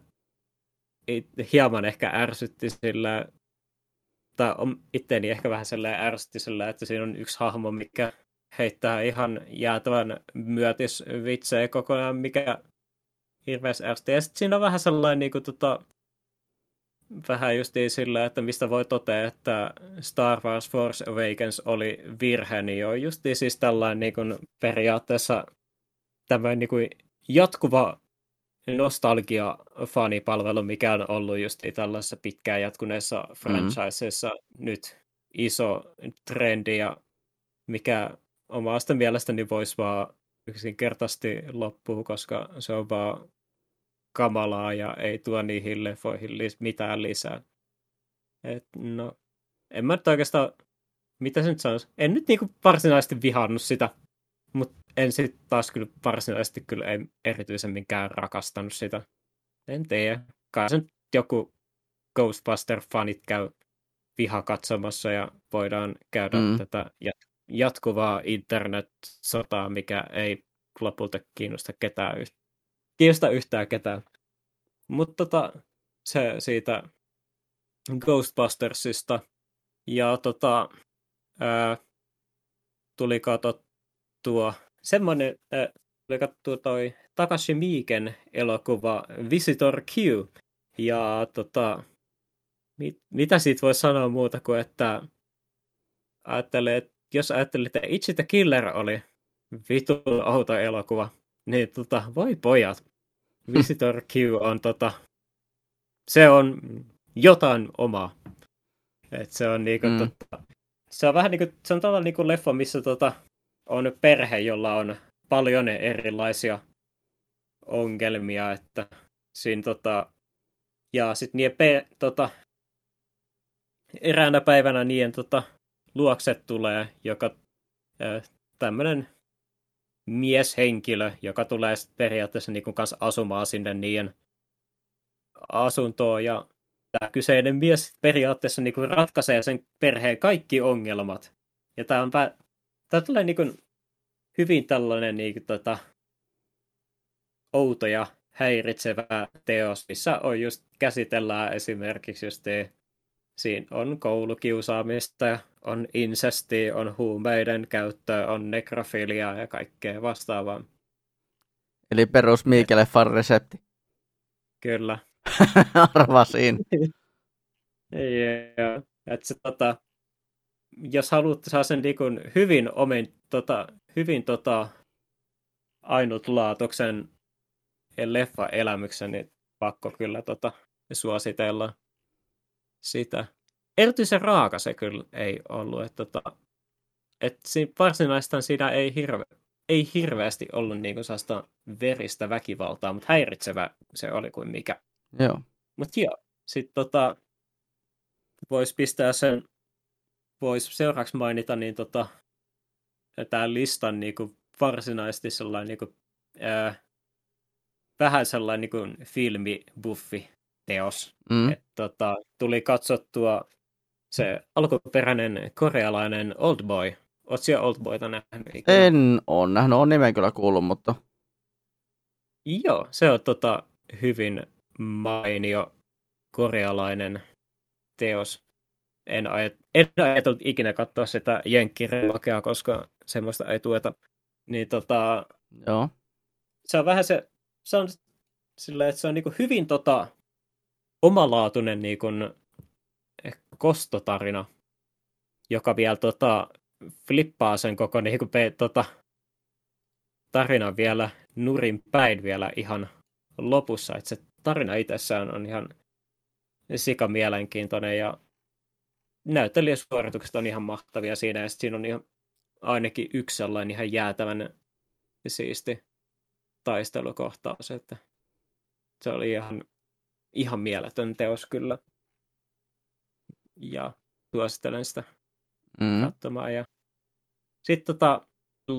hieman ehkä ärsytti sillä, tai itteeni ehkä vähän sellainen ärsytti sillä, että siinä on yksi hahmo, mikä heittää ihan jäätävän myötisvitsejä kokonaan, mikä hirveästi ärsytti. Ja sitten siinä on vähän sellainen niin kuin, tota, vähän justiin sillä, että mistä voi totea, että Star Wars Force Awakens oli virhe, niin on justiin siis tällainen niin kuin, periaatteessa tämmöinen niin kuin, jatkuva nostalgia-fanipalvelu, mikä on ollut justiin tällaisessa pitkään jatkuneessa franchiseissa mm-hmm. nyt iso trendi, ja mikä omasta mielestäni voisi vaan yksinkertaisesti loppua, koska se on vaan kamalaa ja ei tuo niihin leffoihin mitään lisää. Et no, en mä nyt oikeastaan, mitä se nyt sanoisi, en nyt niinku varsinaisesti vihannut sitä, mutta en sitten taas kyllä varsinaisesti kyllä ei erityisemminkään rakastanut sitä. En tiedä. Kai se nyt joku Ghostbuster-fanit käy viha katsomassa ja voidaan käydä mm. tätä jatkuvaa internet-sotaa, mikä ei lopulta kiinnosta ketään yhtään. Kiinnosta yhtään ketään. Mutta tota, se siitä Ghostbustersista. Ja tota, ää, tuli katsottua semmoinen, ää, tuli katsottua toi Takashi Miiken elokuva Visitor Q. Ja tota, mit, mitä siitä voi sanoa muuta kuin, että ajattelee, että jos ajattelee, että Itchy the Killer oli vitun outo elokuva, niin tota, voi pojat, Visitor Q on tota, se on jotain omaa. Et se on niinku mm. tota, se on vähän niinku, se on tavallaan niinku leffa, missä tota, on perhe, jolla on paljon erilaisia ongelmia, että siinä tota, ja sitten niiden pe, tota, eräänä päivänä niiden tota, luokse tulee, joka tämmöinen mieshenkilö, joka tulee periaatteessa niin kanssa asumaan sinne niiden asuntoon, ja tämä kyseinen mies periaatteessa niin kuin ratkaisee sen perheen kaikki ongelmat. Ja tämä, on, tämä tulee niin kuin hyvin tällainen niin kuin, tota, outo ja häiritsevä teos, missä on just, käsitellään esimerkiksi just siinä on koulukiusaamista, on insestiä, on huumeiden käyttöä, on nekrofiliaa ja kaikkea vastaavaa. Eli perus Miike-leffan resepti. Kyllä. Arvasin. Joo. Että se, tota, jos haluatte saa sen niin hyvin, omin, tota, hyvin tota, ainutlaatuisen leffa-elämyksen, niin pakko kyllä tota, suositella sitä. Erityisen raaka se kyllä ei ollut. Että, tota, et siinä varsinaistaan siinä ei, hirve, ei hirveästi ollut niinku sellaista veristä väkivaltaa, mutta häiritsevä se oli kuin mikä. Joo. Mutta joo, sitten tota, voisi pistää sen, voisi seuraavaksi mainita, niin tota, tämän listan niinku varsinaisesti sellainen niinku, ää, vähän sellainen niinku filmibuffi teos. Mm. Et, tota, tuli katsottua se alkuperäinen korealainen Oldboy. Oletko siellä Oldboyta nähnyt? En ole nähnyt, on nimen kyllä kuullut, mutta... Joo, se on tota, hyvin mainio korealainen teos. En, ajat, en ajatellut ikinä katsoa sitä jenkkirelokea, koska semmoista ei tueta. Niin tota... Joo. Se on vähän se... Se on sillä, että se on niinku hyvin tota, omalaatuinen niinku, kostotarina, joka vielä tota, flippaa sen koko niin kuin, tota, tarinan vielä nurin päin vielä ihan lopussa. Että se tarina itsessään on ihan sika mielenkiintoinen ja näyttelijäsuoritukset on ihan mahtavia siinä. Ja siinä on ihan, ainakin yksi sellainen ihan jäätävän siisti taistelukohtaus. Että se oli ihan, ihan mieletön teos kyllä. Ja suosittelen sitä mm. katsomaan. Ja sitten tota,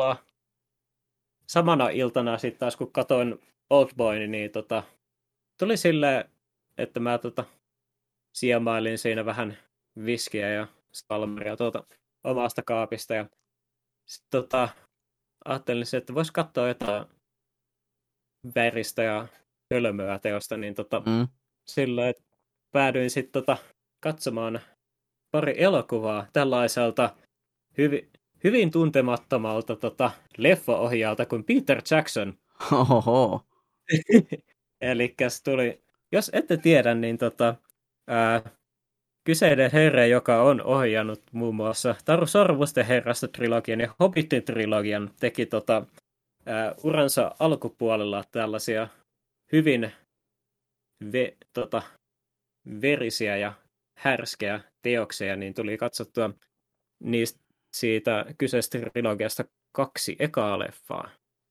samana iltana sitten taas kun katsoin Oldboyn, niin tota, tuli silleen, että mä tota, siemailin siinä vähän viskiä ja salmeria tuota omasta kaapista. Ja sitten tota, ajattelin, että vois katsoa jotain väristä ja hölmöä teosta, niin tota, mm. silloin, että päädyin sitten tota, katsomaan pari elokuvaa tällaiselta hyvin, hyvin tuntemattomalta tota, leffa-ohjaajalta kuin Peter Jackson. Oho. Elikkäs tuli, jos ette tiedä, niin tota, ää, kyseinen herra, joka on ohjannut muun muassa Taru Sormusten herrasta trilogian ja Hobbitin trilogian, teki tota, ää, uransa alkupuolella tällaisia hyvin ve, tota, verisiä ja härskejä teoksia, niin tuli katsottua niistä siitä kyseisestä trilogiasta kaksi ekaa leffaa.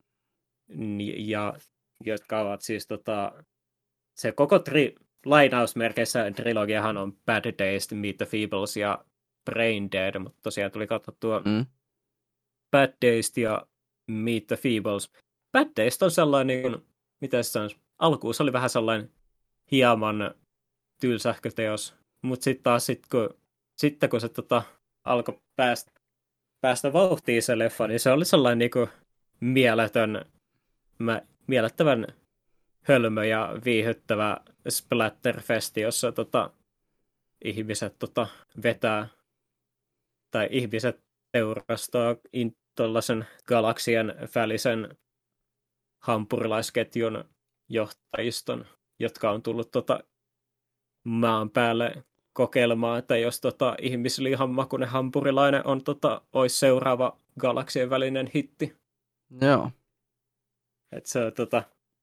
Ja jotka ovat siis tota, se koko tri, lainausmerkeissä trilogiahan on Bad Days, Meet the Feebles ja Brain Dead, mutta tosiaan tuli katsottua mm. Bad Days ja Meet the Feebles. Bad Days on sellainen, niin kuin, mitä se on, alkuun se oli vähän sellainen hieman tylsähkö teos, mutta sitten taas sit, kun, sitten kun se tota, alkoi päästä, päästä vauhtiin se leffa, niin se oli sellainen niin kuin, mieletön, mä, mielettömän hölmö ja viihyttävä splatterfesti, jossa tota, ihmiset tota, vetää tai ihmiset teurastaa tuollaisen galaksien välisen hampurilaisketjun johtajiston, jotka on tullut tota, maan päälle kokeilemaan, että jos tota, ihmislihanmakuinen hampurilainen on, tota, olisi seuraava galaksien välinen hitti. Joo. Et se, tota,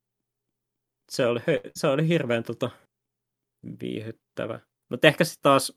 se, oli, se oli hirveän tota, viihyttävä. Mutta ehkä sitten taas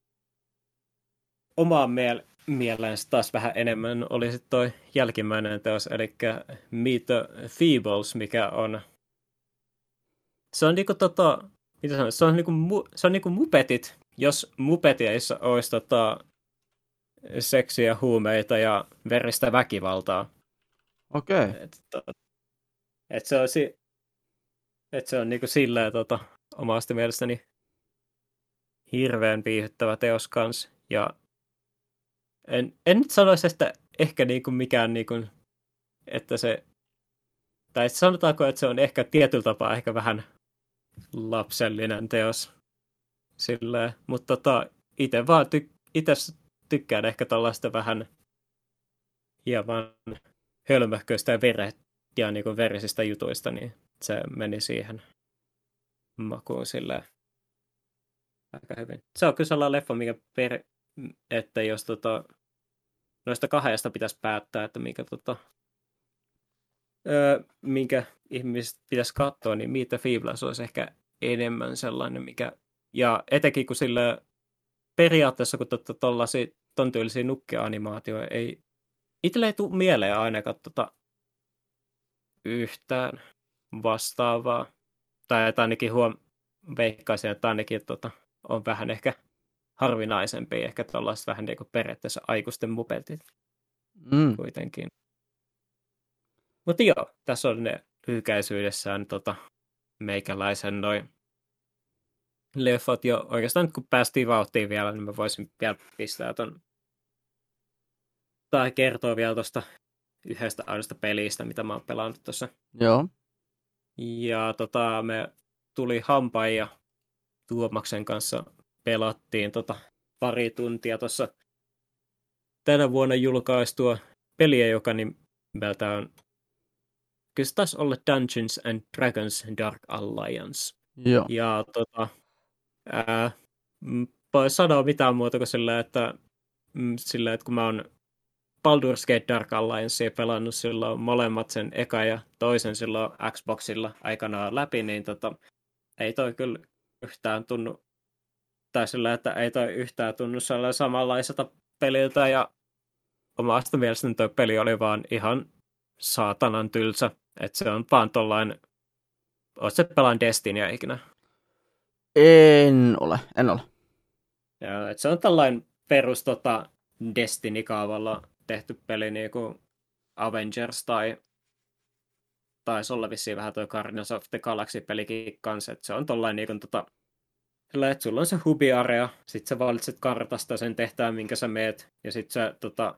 omaan miel- mieleen taas vähän enemmän oli sitten toi jälkimmäinen teos, eli Meet the Feebles, mikä on se on niinku tota, mitä sanoa, se on niinku, se on niinku mupetit, jos mupeteissa olisi tota, seksiä, huumeita ja veristä väkivaltaa. Okei. Okay. Et, et se on, si- et se on niinku silleen tota, omasta mielestäni hirveän viihyttävä teos kans. Ja en, en nyt sanoisi, että ehkä niinku mikään, niinku, että se, tai sanotaanko, että se on ehkä tietyllä tapaa ehkä vähän lapsellinen teos. Silleen, mutta tota, itse vaan ty- itse tykkään ehkä tällaista vähän hieman hölmöhköistä ja veret ja niinku verisistä jutuista, niin se meni siihen makuun silleen aika hyvin. Se on kyllä sellainen leffa, mikä per, että jos tota, noista kahdesta pitäisi päättää, että minkä, tota, öö, minkä ihmiset pitäisi katsoa, niin Meet the Feebles olisi ehkä enemmän sellainen, mikä, ja etenkin kun sillä periaatteessa, kun tuollaisia ton tyylisiä nukkeanimaatioita ei, itselle ei tule mieleen ainakaan tota yhtään vastaavaa, tai että ainakin huom veikkaisin, että ainakin tota, on vähän ehkä harvinaisempi, ehkä tuollaiset vähän niin kuin periaatteessa aikuisten mupetit mm. kuitenkin. Mutta joo, tässä on ne lyhykäisyydessään tota, meikäläisen noin leffat jo. Oikeastaan kun päästiin vauhtiin vielä, niin mä voisin vielä pistää ton tai kertoa vielä tuosta yhdestä ainoasta pelistä, mitä mä oon pelannut tuossa. Joo. Ja tota, me tuli Hampan ja Tuomaksen kanssa pelattiin tota pari tuntia tuossa tänä vuonna julkaistua peliä, joka nimeltä on, kyllä se taisi olla Dungeons and Dragons Dark Alliance. Joo. Ja tota, ää, voi sanoa mitään muuta kuin sillä, että, mm, sillä, että kun mä oon Baldur's Gate Dark Alliancea pelannut silloin molemmat sen eka ja toisen silloin Xboxilla aikanaan läpi, niin tota, ei toi kyllä yhtään tunnu, tai sillä, että ei toi yhtään tunnu sellainen samanlaiselta peliltä, ja omasta mielestäni toi peli oli vaan ihan saatanan tylsä, että se on vaan tollain, oot se pelaan Destinyä ikinä? En ole, en ole. Ja, että se on tällainen perus tota, Destiny-kaavalla tehty peli, niin kuin Avengers tai taisi olla vissiin vähän toi Guardians of the Galaxy-pelikin kanssa, että se on tollainen niin kuin, tota, että sulla on se hubi-area, sit sä valitset kartasta sen tehtävän, minkä sä meet, ja sit sä tota,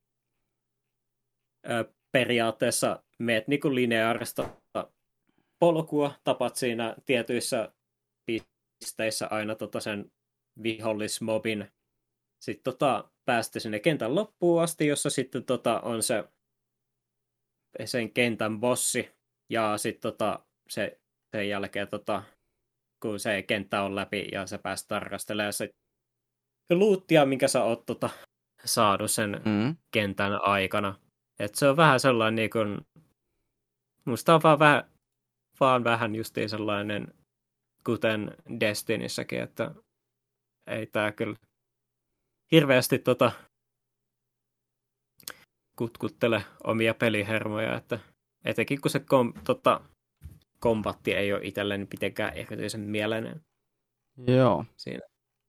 ö, periaatteessa meet niin kuin lineaarista polkua, tapat siinä tietyissä pisteissä aina tota sen vihollismobin, sitten tota, päästä sinne kentän loppuun asti, jossa sitten tota, on se sen kentän bossi, ja sitten tota, se, sen jälkeen, tota, kun se kenttä on läpi, ja sä pääst tarkastelemaan se luuttia, minkä sä oot tota, saanut sen mm. kentän aikana. Et se on vähän sellainen, niin kun, musta on vaan vähän, vaan vähän justiin sellainen, kuten Destinyssäkin, että ei tää kyllä hirveästi tota, kutkuttele omia pelihermoja, että etenkin kun se kom, tota, kombatti ei ole itselleni mitenkään erityisen mieleinen. Joo. Siinä.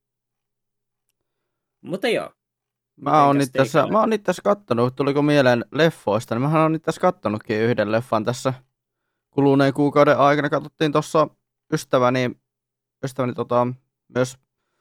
Mutta joo. Mä oon nyt tässä, mä oon nyt tässä kattonut, tuliko mieleen leffoista, niin mähän oon nyt tässä kattonutkin yhden leffan tässä kuluneen kuukauden aikana. Katsottiin tuossa ystäväni, ystäväni tota, myös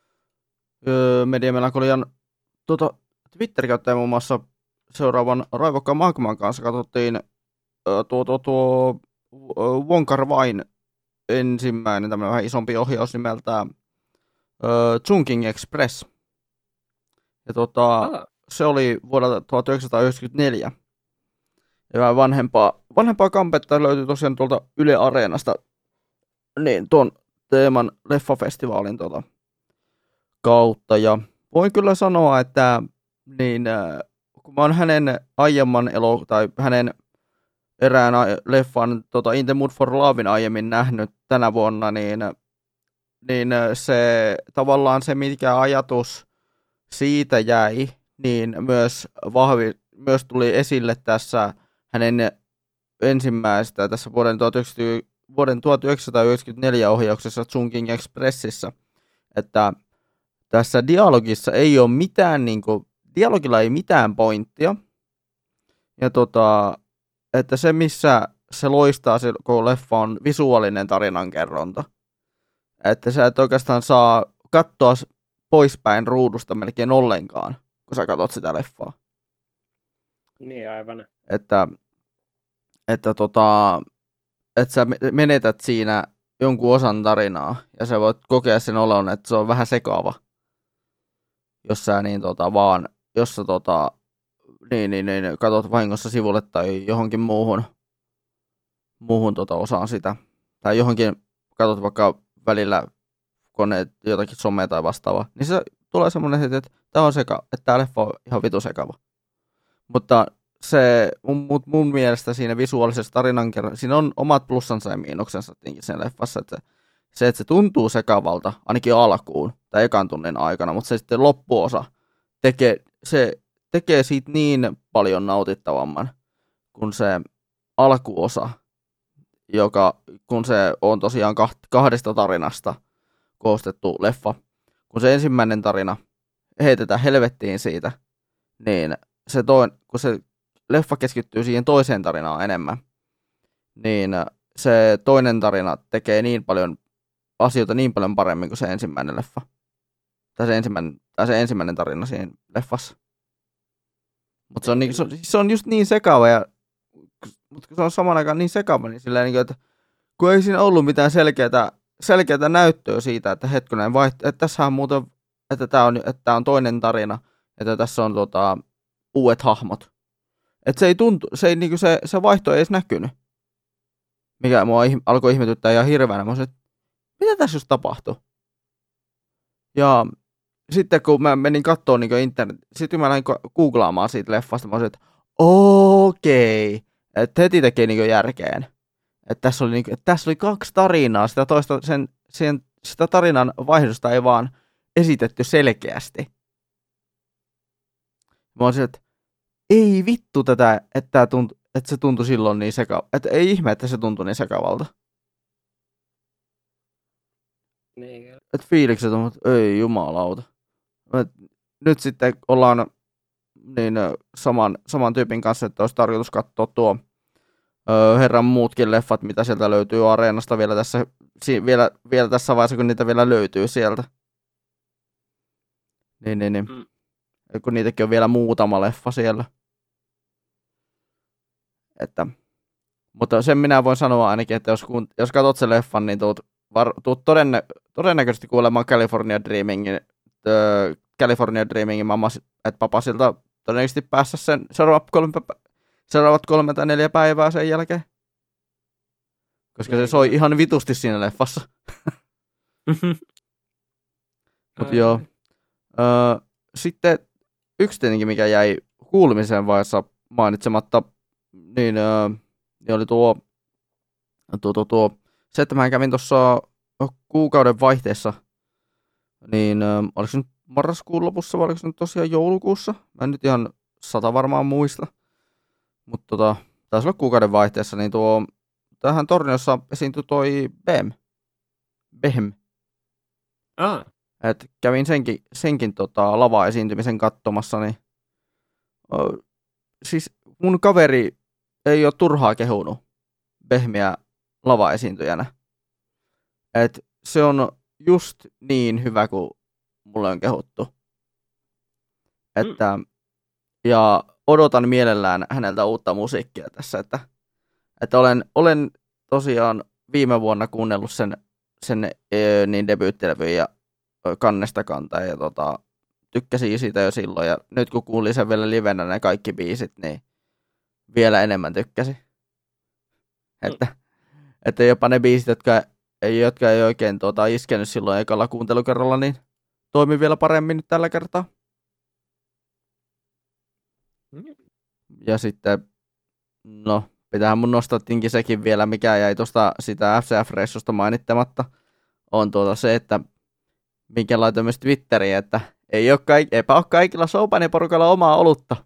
öö, Mediamelakolian tota, Twitter-käyttäjä muun muassa seuraavan Raivokkaan Magman kanssa katsottiin öö, tuo, tuo, tuo Wong Kar-wain ensimmäinen tämmöinen vähän isompi ohjaus nimeltään öö, Chungking Express. Ja tota, ah. se oli vuodelta tuhatyhdeksänsataayhdeksänkymmentäneljä. Ja vähän vanhempaa, vanhempaa kampetta löytyi tosiaan tuolta Yle Areenasta niin, tuon teeman leffafestivaalin tota, kautta. Ja voin kyllä sanoa, että niin, äh, kun mä oon hänen aiemman elo, tai hänen erään leffan tota, In the Mood for Lovein aiemmin nähnyt tänä vuonna, niin, niin se tavallaan se, mikä ajatus siitä jäi, niin myös, vahvi, myös tuli esille tässä hänen ensimmäistä tässä vuoden, vuoden tuhatyhdeksänsataayhdeksänkymmentäneljä ohjauksessa Chungking Expressissä, että tässä dialogissa ei ole mitään, niin kuin, dialogilla ei mitään pointtia, ja tota, että se missä se loistaa se koko leffa on visuaalinen tarinankerronta, että sä et oikeastaan saa katsoa poispäin ruudusta melkein ollenkaan, kun sä katsot sitä leffaa. Niin, aivan. Että, että, tota, että sä menetät siinä jonkun osan tarinaa, ja sä voit kokea sen olon, että se on vähän sekaava, jos sä niin tota, vaan, jos sä tota, niin, niin, niin, katsot vahingossa sivulle tai johonkin muuhun, muuhun tota, osaan sitä, tai johonkin katsot vaikka välillä koneet, jotakin somea tai vastaavaa, niin se tulee semmoinen, että tämä on seka, että tämä leffa on ihan vitu sekava. Mutta se mun, mun mielestä siinä visuaalisessa tarinankerran, siinä on omat plussansa ja miinuksensa siinä leffassa, että se, että se tuntuu sekavalta, ainakin alkuun tai ekan tunnin aikana, mutta se sitten loppuosa tekee, se tekee siitä niin paljon nautittavamman kuin se alkuosa, joka, kun se on tosiaan kahdesta tarinasta koostettu leffa. Kun se ensimmäinen tarina heitetään helvettiin siitä, niin se toin, kun se leffa keskittyy siihen toiseen tarinaan enemmän, niin se toinen tarina tekee niin paljon asioita niin paljon paremmin kuin se ensimmäinen leffa. Tai se ensimmäinen, tai se ensimmäinen tarina siinä leffassa. Mutta se on, niin, se, on, se on just niin sekava, ja, mutta kun se on saman aikaan niin sekava, niin silleen, niin että kun ei siinä ollut mitään selkeää, selkeää näyttöä siitä, että hetkonen vaihto, että tässä on muuten, että tämä on, että tämä on toinen tarina, että tässä on tota, uudet hahmot. Että se ei tuntu, se, ei, niin se, se vaihto ei edes näkynyt. Mikä mua alkoi ihmetyttää ihan hirveänä. Mä sanoin, että mitä tässä just tapahtui? Ja sitten kun mä menin katsomaan niin internet, sitten mä lähdin googlaamaan siitä leffasta, mä olisin, että okei, että heti tekee niin järkeen. Että tässä, oli, niin kuin, että tässä oli kaksi tarinaa, sitä toista, sen, sen, sitä tarinan vaihdosta ei vaan esitetty selkeästi. Mä olisin, että ei vittu tätä, että, tämä tuntui, että se tuntui silloin niin sekavalta. Että ei ihme, että se tuntui niin sekavalta. Niin. Että fiilikset on, että ei jumalauta. Et nyt sitten ollaan niin saman, saman tyypin kanssa, että olisi tarkoitus katsoa tuo ö, herran muutkin leffat, mitä sieltä löytyy Areenasta vielä tässä, si, vielä, vielä tässä vaiheessa, kun niitä vielä löytyy sieltä. Niin, niin, niin. Mm. Kun niitäkin on vielä muutama leffa siellä. Että, mutta sen minä voin sanoa ainakin, että jos, kun, jos katsot sen leffan, niin tuut, var, tuut todennä, todennäköisesti kuulemaan California Dreamingin, öö, California Dreamingin mamma, että papasilta todennäköisesti päässä sen seuraavat kolme, seuraavat kolme tai neljä päivää sen jälkeen. Koska se soi ihan vitusti siinä leffassa. Mutta joo. Öö, sitten yksi tietenkin, mikä jäi kuulemisen vaiheessa mainitsematta, niin, öö, niin oli tuo, tuo, tuo, tuo, se, että mä kävin tuossa kuukauden vaihteessa, niin öö, oliko se nyt marraskuun lopussa vai oliko se nyt tosiaan joulukuussa? Mä en nyt ihan sata varmaan muista. Mutta tota, taisi olla kuukauden vaihteessa, niin tuo, tähän Torniossa esiintyi toi B E M. B E M. Ah. Et kävin senkin, senkin tota, lava-esiintymisen katsomassa, niin ö, siis mun kaveri ei ole turhaa kehunut Behmiä lava-esiintyjänä. Et se on just niin hyvä kuin mulle on kehuttu. Että, mm. Ja odotan mielellään häneltä uutta musiikkia tässä, että, että olen, olen tosiaan viime vuonna kuunnellut sen, sen e, niin debyyttilevyn ja kannesta kantaa ja tota, tykkäsin siitä jo silloin ja nyt kun kuulin sen vielä livenä ne kaikki biisit, niin vielä enemmän tykkäsin. Mm. Että, että jopa ne biisit, jotka ei, jotka ei oikein tuota, iskenyt silloin ekalla kuuntelukerralla, niin toimi vielä paremmin nyt tällä kertaa. Mm. Ja sitten, no, pitäähän mun nostaa tinkin sekin vielä, mikä jäi tuosta sitä F C F-reissusta mainittamatta, on tuota se, että minkä laitoin myös Twitteriin, että ei ole kaik- eipä ole kaikilla showpaniporukalla omaa olutta.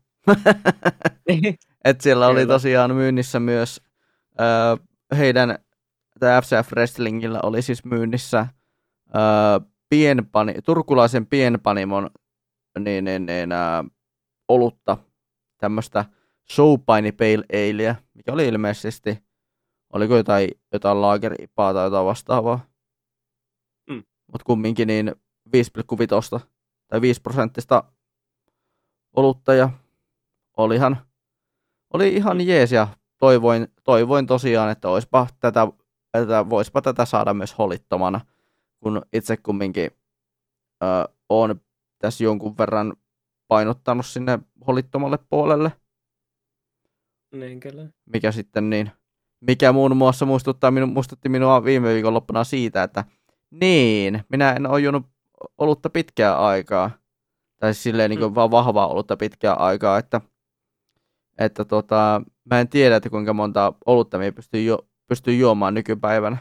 Että siellä oli tosiaan myynnissä myös äh, heidän, tämä F C F Wrestlingillä oli siis myynnissä äh, pienpani, turkulaisen pienpanimon niin, niin, niin, äh, olutta, tämmöistä showpani pale aleä, mikä oli ilmeisesti, oliko jotain, jotain laageripaa tai jotain vastaavaa. Mm. Mutta kumminkin niin viisi pilkku viisi tai viisi prosenttista olutta ja olihan, oli ihan jees ja toivoin, toivoin tosiaan, että oispa tätä, että voispa tätä saada myös holittomana, kun itse kumminkin ö, on tässä jonkun verran painottanut sinne holittomalle puolelle. Niin kyllä. Mikä sitten niin, mikä muun muassa muistuttaa, minu, muistutti minua viime viikonloppuna siitä, että niin, minä en ole juonut olutta pitkää aikaa. Tai siis silleen niin kuin mm. vaan vahvaa olutta pitkää aikaa, että, että tota, mä en tiedä, että kuinka monta olutta minä pystyy, jo, pystyy juomaan nykypäivänä.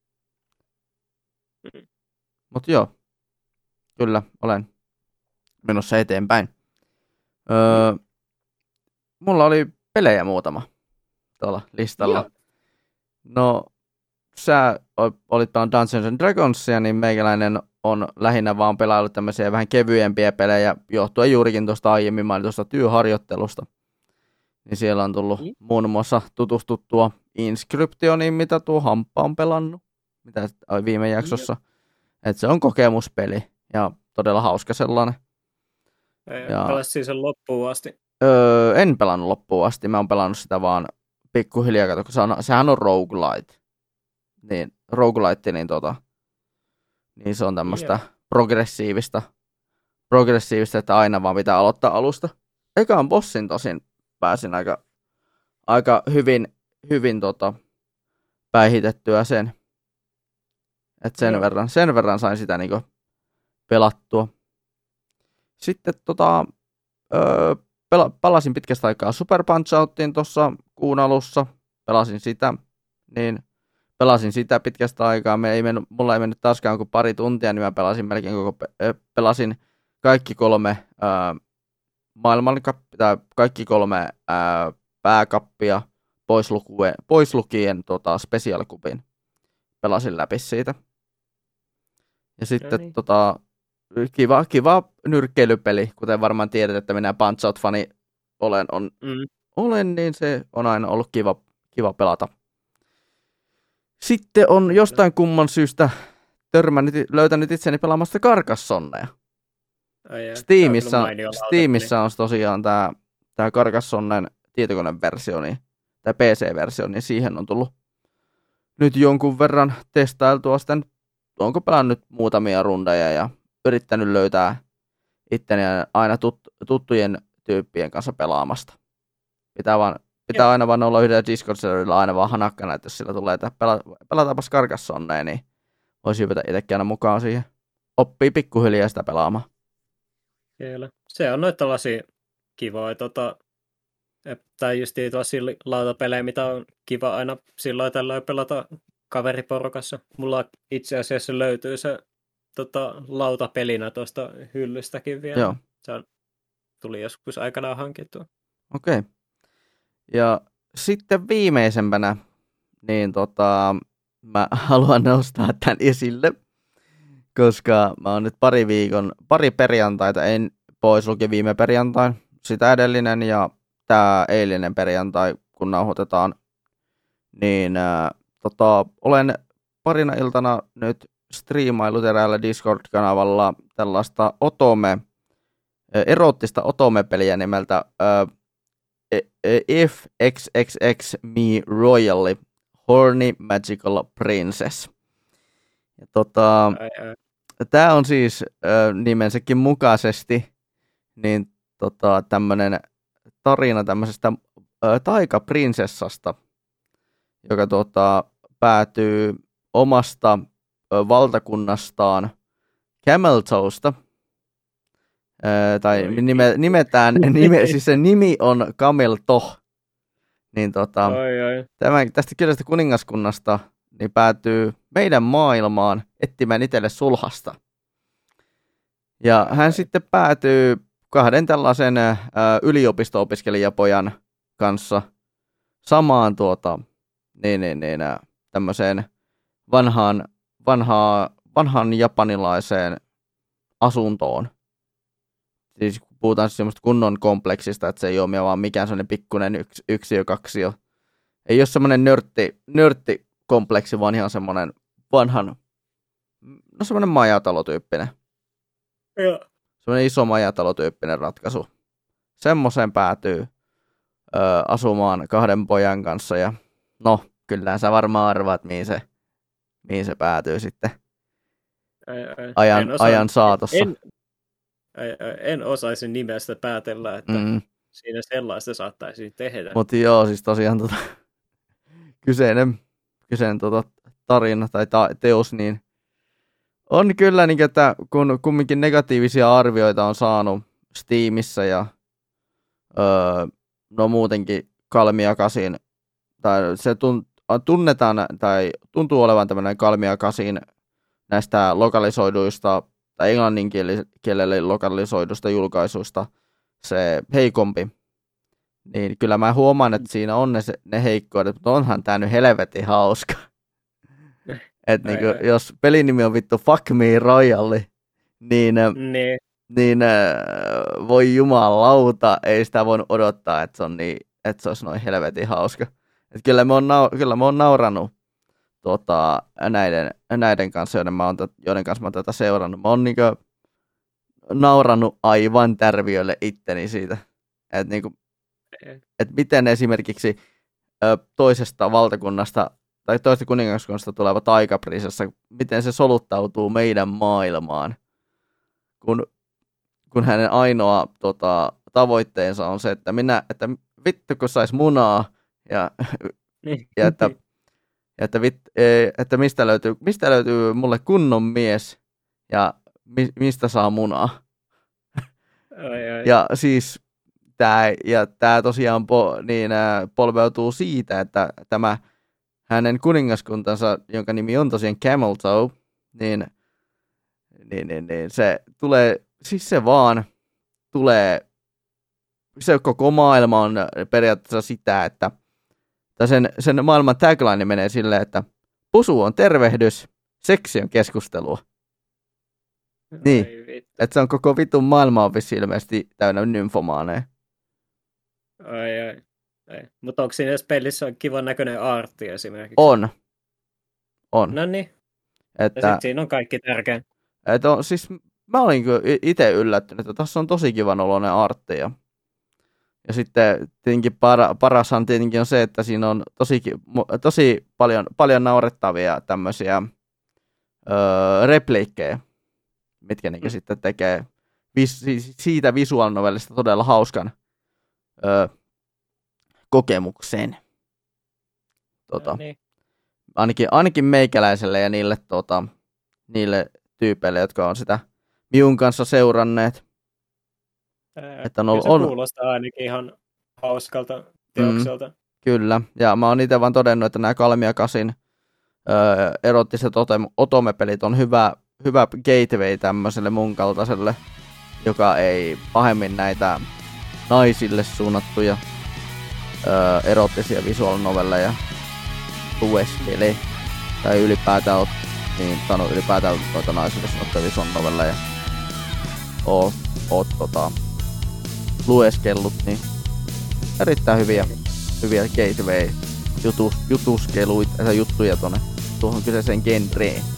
Mm. Mutta joo, kyllä olen menossa eteenpäin. Öö, mm. Mulla oli pelejä muutama tuolla listalla. Joo. No, sä olit pelannut Dungeons and Dragonsia, niin meikäläinen on lähinnä vaan pelaillut tämmöisiä vähän kevyempiä pelejä, johtuen juurikin tuosta aiemmin mainitusta työharjoittelusta. Niin siellä on tullut mm. muun muassa tutustuttua Inscriptioniin, mitä tuo Hamppa on pelannut, mitä viime jaksossa. Mm. Että se on kokemuspeli ja todella hauska sellainen. Ja pelasit sen loppuun asti? Öö, en pelannut loppuun asti, mä oon pelannut sitä vaan pikkuhiljaa, kato, kun se on, sehän on roguelite. Niin, roguelite, niin, tota, niin se on tämmöistä yeah. progressiivista, progressiivista, että aina vaan pitää aloittaa alusta. Ekaan bossin tosin pääsin aika, aika hyvin, hyvin tota, päihitettyä sen. Että sen, yeah. verran, sen verran sain sitä niinku pelattua. sitten tota, öö, pela, pelasin pitkästä aikaa Super Punch-Outiin tuossa kuun alussa. Pelasin sitä, niin pelasin sitä pitkästä aikaa. Me ei mennyt, mulla ei mennyt taaskaan kuin pari tuntia, niin mä pelasin melkein koko, pelasin kaikki kolme öö, maailmankappia, tai kaikki kolme öö, pääkappia, pois, lukuen, pois lukien tota, Special Cupin. Pelasin läpi siitä. Ja sitten no niin. tota, kiva, kiva nyrkkeilypeli, kuten varmaan tiedät, että minä Punch-Out-fani olen, on, mm. olen, niin se on aina ollut kiva, kiva pelata. Sitten on jostain kumman syystä törmännyt, löytänyt itseni pelaamasta Carcassonnea. Steamissa, Steamissa on tosiaan tämä tää Carcassonnen tietokoneversio, niin, tai P C-versio, niin siihen on tullut nyt jonkun verran testailtua. Sitten onko pelannut muutamia rundeja ja yrittänyt löytää itteni aina tut, tuttujen tyyppien kanssa pelaamasta. Pitää, vaan, pitää aina vaan olla yhdellä Discord-serverillä aina vaan hanakkana, että jos sillä tulee, että pela, pelataanpas Carcassonnea, niin voisi hypätä itsekin aina mukaan siihen. Oppii pikkuhiljaa sitä pelaamaan. Kyllä. Se on noita tällaisia kivoja, tota, tai just tällaisia lautapelejä, mitä on kiva aina silloin tällöin pelata kaveriporukassa. Mulla itse asiassa löytyy se tota, lautapelinä tuosta hyllystäkin vielä. Joo. Se on, tuli joskus aikanaan hankittua. Okei. Okay. Ja sitten viimeisempänä, niin tota, mä haluan nostaa tämän esille, koska mä oon nyt pari viikon, pari perjantaita, en pois luki viime perjantain, sitä edellinen ja tää eilinen perjantai, kun nauhoitetaan, niin ää, tota, olen parina iltana nyt striimailut eräällä Discord-kanavalla tällaista otome, erottista otome-peliä nimeltä ää, F X X X Me Royally Horny Magical Princess. Ja tota, tää on siis äh, nimensäkin mukaisesti niin tota, tämmönen tarina tämmöisestä äh, taikaprinsessasta, joka tota, päätyy omasta äh, valtakunnastaan Cameltoesta. Äh, tai nime, nimetään, nime, siis se nimi on Camelto. Niin tota, oi, oi. Tämä, tästä kyllästä kuningaskunnasta niin päätyy meidän maailmaan etsimään itselle sulhasta. Ja hän oi. sitten päätyy kahden tällaisen ä, yliopisto-opiskelijapojan kanssa samaan tuota, niin, niin, niin, ä, tämmöiseen vanhaan, vanhaa, vanhaan japanilaiseen asuntoon. Siis puhutaan semmoista kunnon kompleksista, että se ei ole vaan mikään semmoinen pikkuinen yks, yksiö, kaksio. Ei ole semmoinen nörtti, nörttikompleksi, vaan ihan semmoinen vanhan, no semmoinen majatalotyyppinen. Joo. Semmoinen iso majatalotyyppinen ratkaisu. Semmoiseen päätyy ö, asumaan kahden pojan kanssa ja no, kyllähän sä varmaan arvaat, mihin se, mihin se päätyy sitten ai, ai. Ajan, ajan saatossa. En... En osaisi nimestä päätellä, että mm. siinä sellaista saattaisi tehdä. Mutta joo, siis tosiaan tota, kyseinen, kyseinen tota, tarina tai ta- teos, niin on kyllä, niin, että kun kumminkin negatiivisia arvioita on saanut Steamissa ja öö, no muutenkin Kalmiakasin, tai se tunnetaan tai tuntuu olevan tämmöinen Kalmiakasin näistä lokalisoiduista tai englannin kielelle lokalisoidusta julkaisuista se heikompi, niin kyllä mä huomaan, että siinä on ne, ne heikkoudet, mutta onhan tää nyt helvetin hauska. Että niinku, jos pelinimi on vittu Fuck Me Royally, niin, niin. niin voi jumalauta, ei sitä voinut odottaa, että se, on niin, että se olisi noin helvetin hauska. Et kyllä mä oon, nau- kyllä mä oon nauranut Tota, näiden, näiden kanssa, joiden, mä oon, joiden kanssa mä oon tätä seurannut. Mä oon niinku naurannut aivan tärviölle itteni siitä, että niinku, et miten esimerkiksi ö, toisesta valtakunnasta tai toisesta kuningaskunnasta tuleva taikaprinsessa, miten se soluttautuu meidän maailmaan, kun, kun hänen ainoa tota, tavoitteensa on se, että minä, että vittu kun sais munaa ja, ja että Että, vit, että mistä, löytyy, mistä löytyy mulle kunnon mies ja mi, mistä saa munaa. Ai, ai. Ja siis tämä, ja tämä tosiaan po, niin, ä, polveutuu siitä, että tämä hänen kuningaskuntansa, jonka nimi on tosiaan Camel Toe, niin, niin, niin, niin se tulee, siis se vaan tulee, se koko maailma on periaatteessa sitä, että tai sen, sen maailman tagline menee silleen, että pusu on tervehdys, seksi on keskustelua. Niin, että se on koko vitun maailma on vissi ilmeisesti täynnä nymfomaaneja. Ai, ai, ai. Mutta onko siinä edes pelissä kivan näköinen artti esimerkiksi? On. On. No niin. Että, ja sit siinä on kaikki tärkeä. Että on, siis mä olin itse yllättynyt, että tässä on tosi kivan oloinen artti. Ja, ja sitten tietenkin para, parashan tietenkin on se, että siinä on tosi, tosi paljon, paljon naurettavia tämmöisiä öö, repliikkejä, mitkä mm. sitten tekee vis, siitä visual novellista todella hauskan öö, kokemuksen. Tota, no niin. ainakin, ainakin meikäläiselle ja niille, tota, niille tyypeille, jotka on sitä Miun kanssa seuranneet. Ää, että on, se on, kuulostaa ainakin ihan hauskalta teokselta. Mm, kyllä, ja mä oon itse vaan todennut, että nämä Kalmia Kasin öö, erottiset otome-pelit on hyvä, hyvä gateway tämmöiselle mun kaltaiselle, joka ei pahemmin näitä naisille suunnattuja öö, erottisia visual novelleja lueskele, tai ylipäätään oot, niin sano ylipäätään noita naisille suunnattuja visual novelleja oot, oot tota, lueskellut, niin erittäin hyviä, hyviä gateway jutus, jutuskeluita, juttuja tuonne tuohon kyseiseen genreen.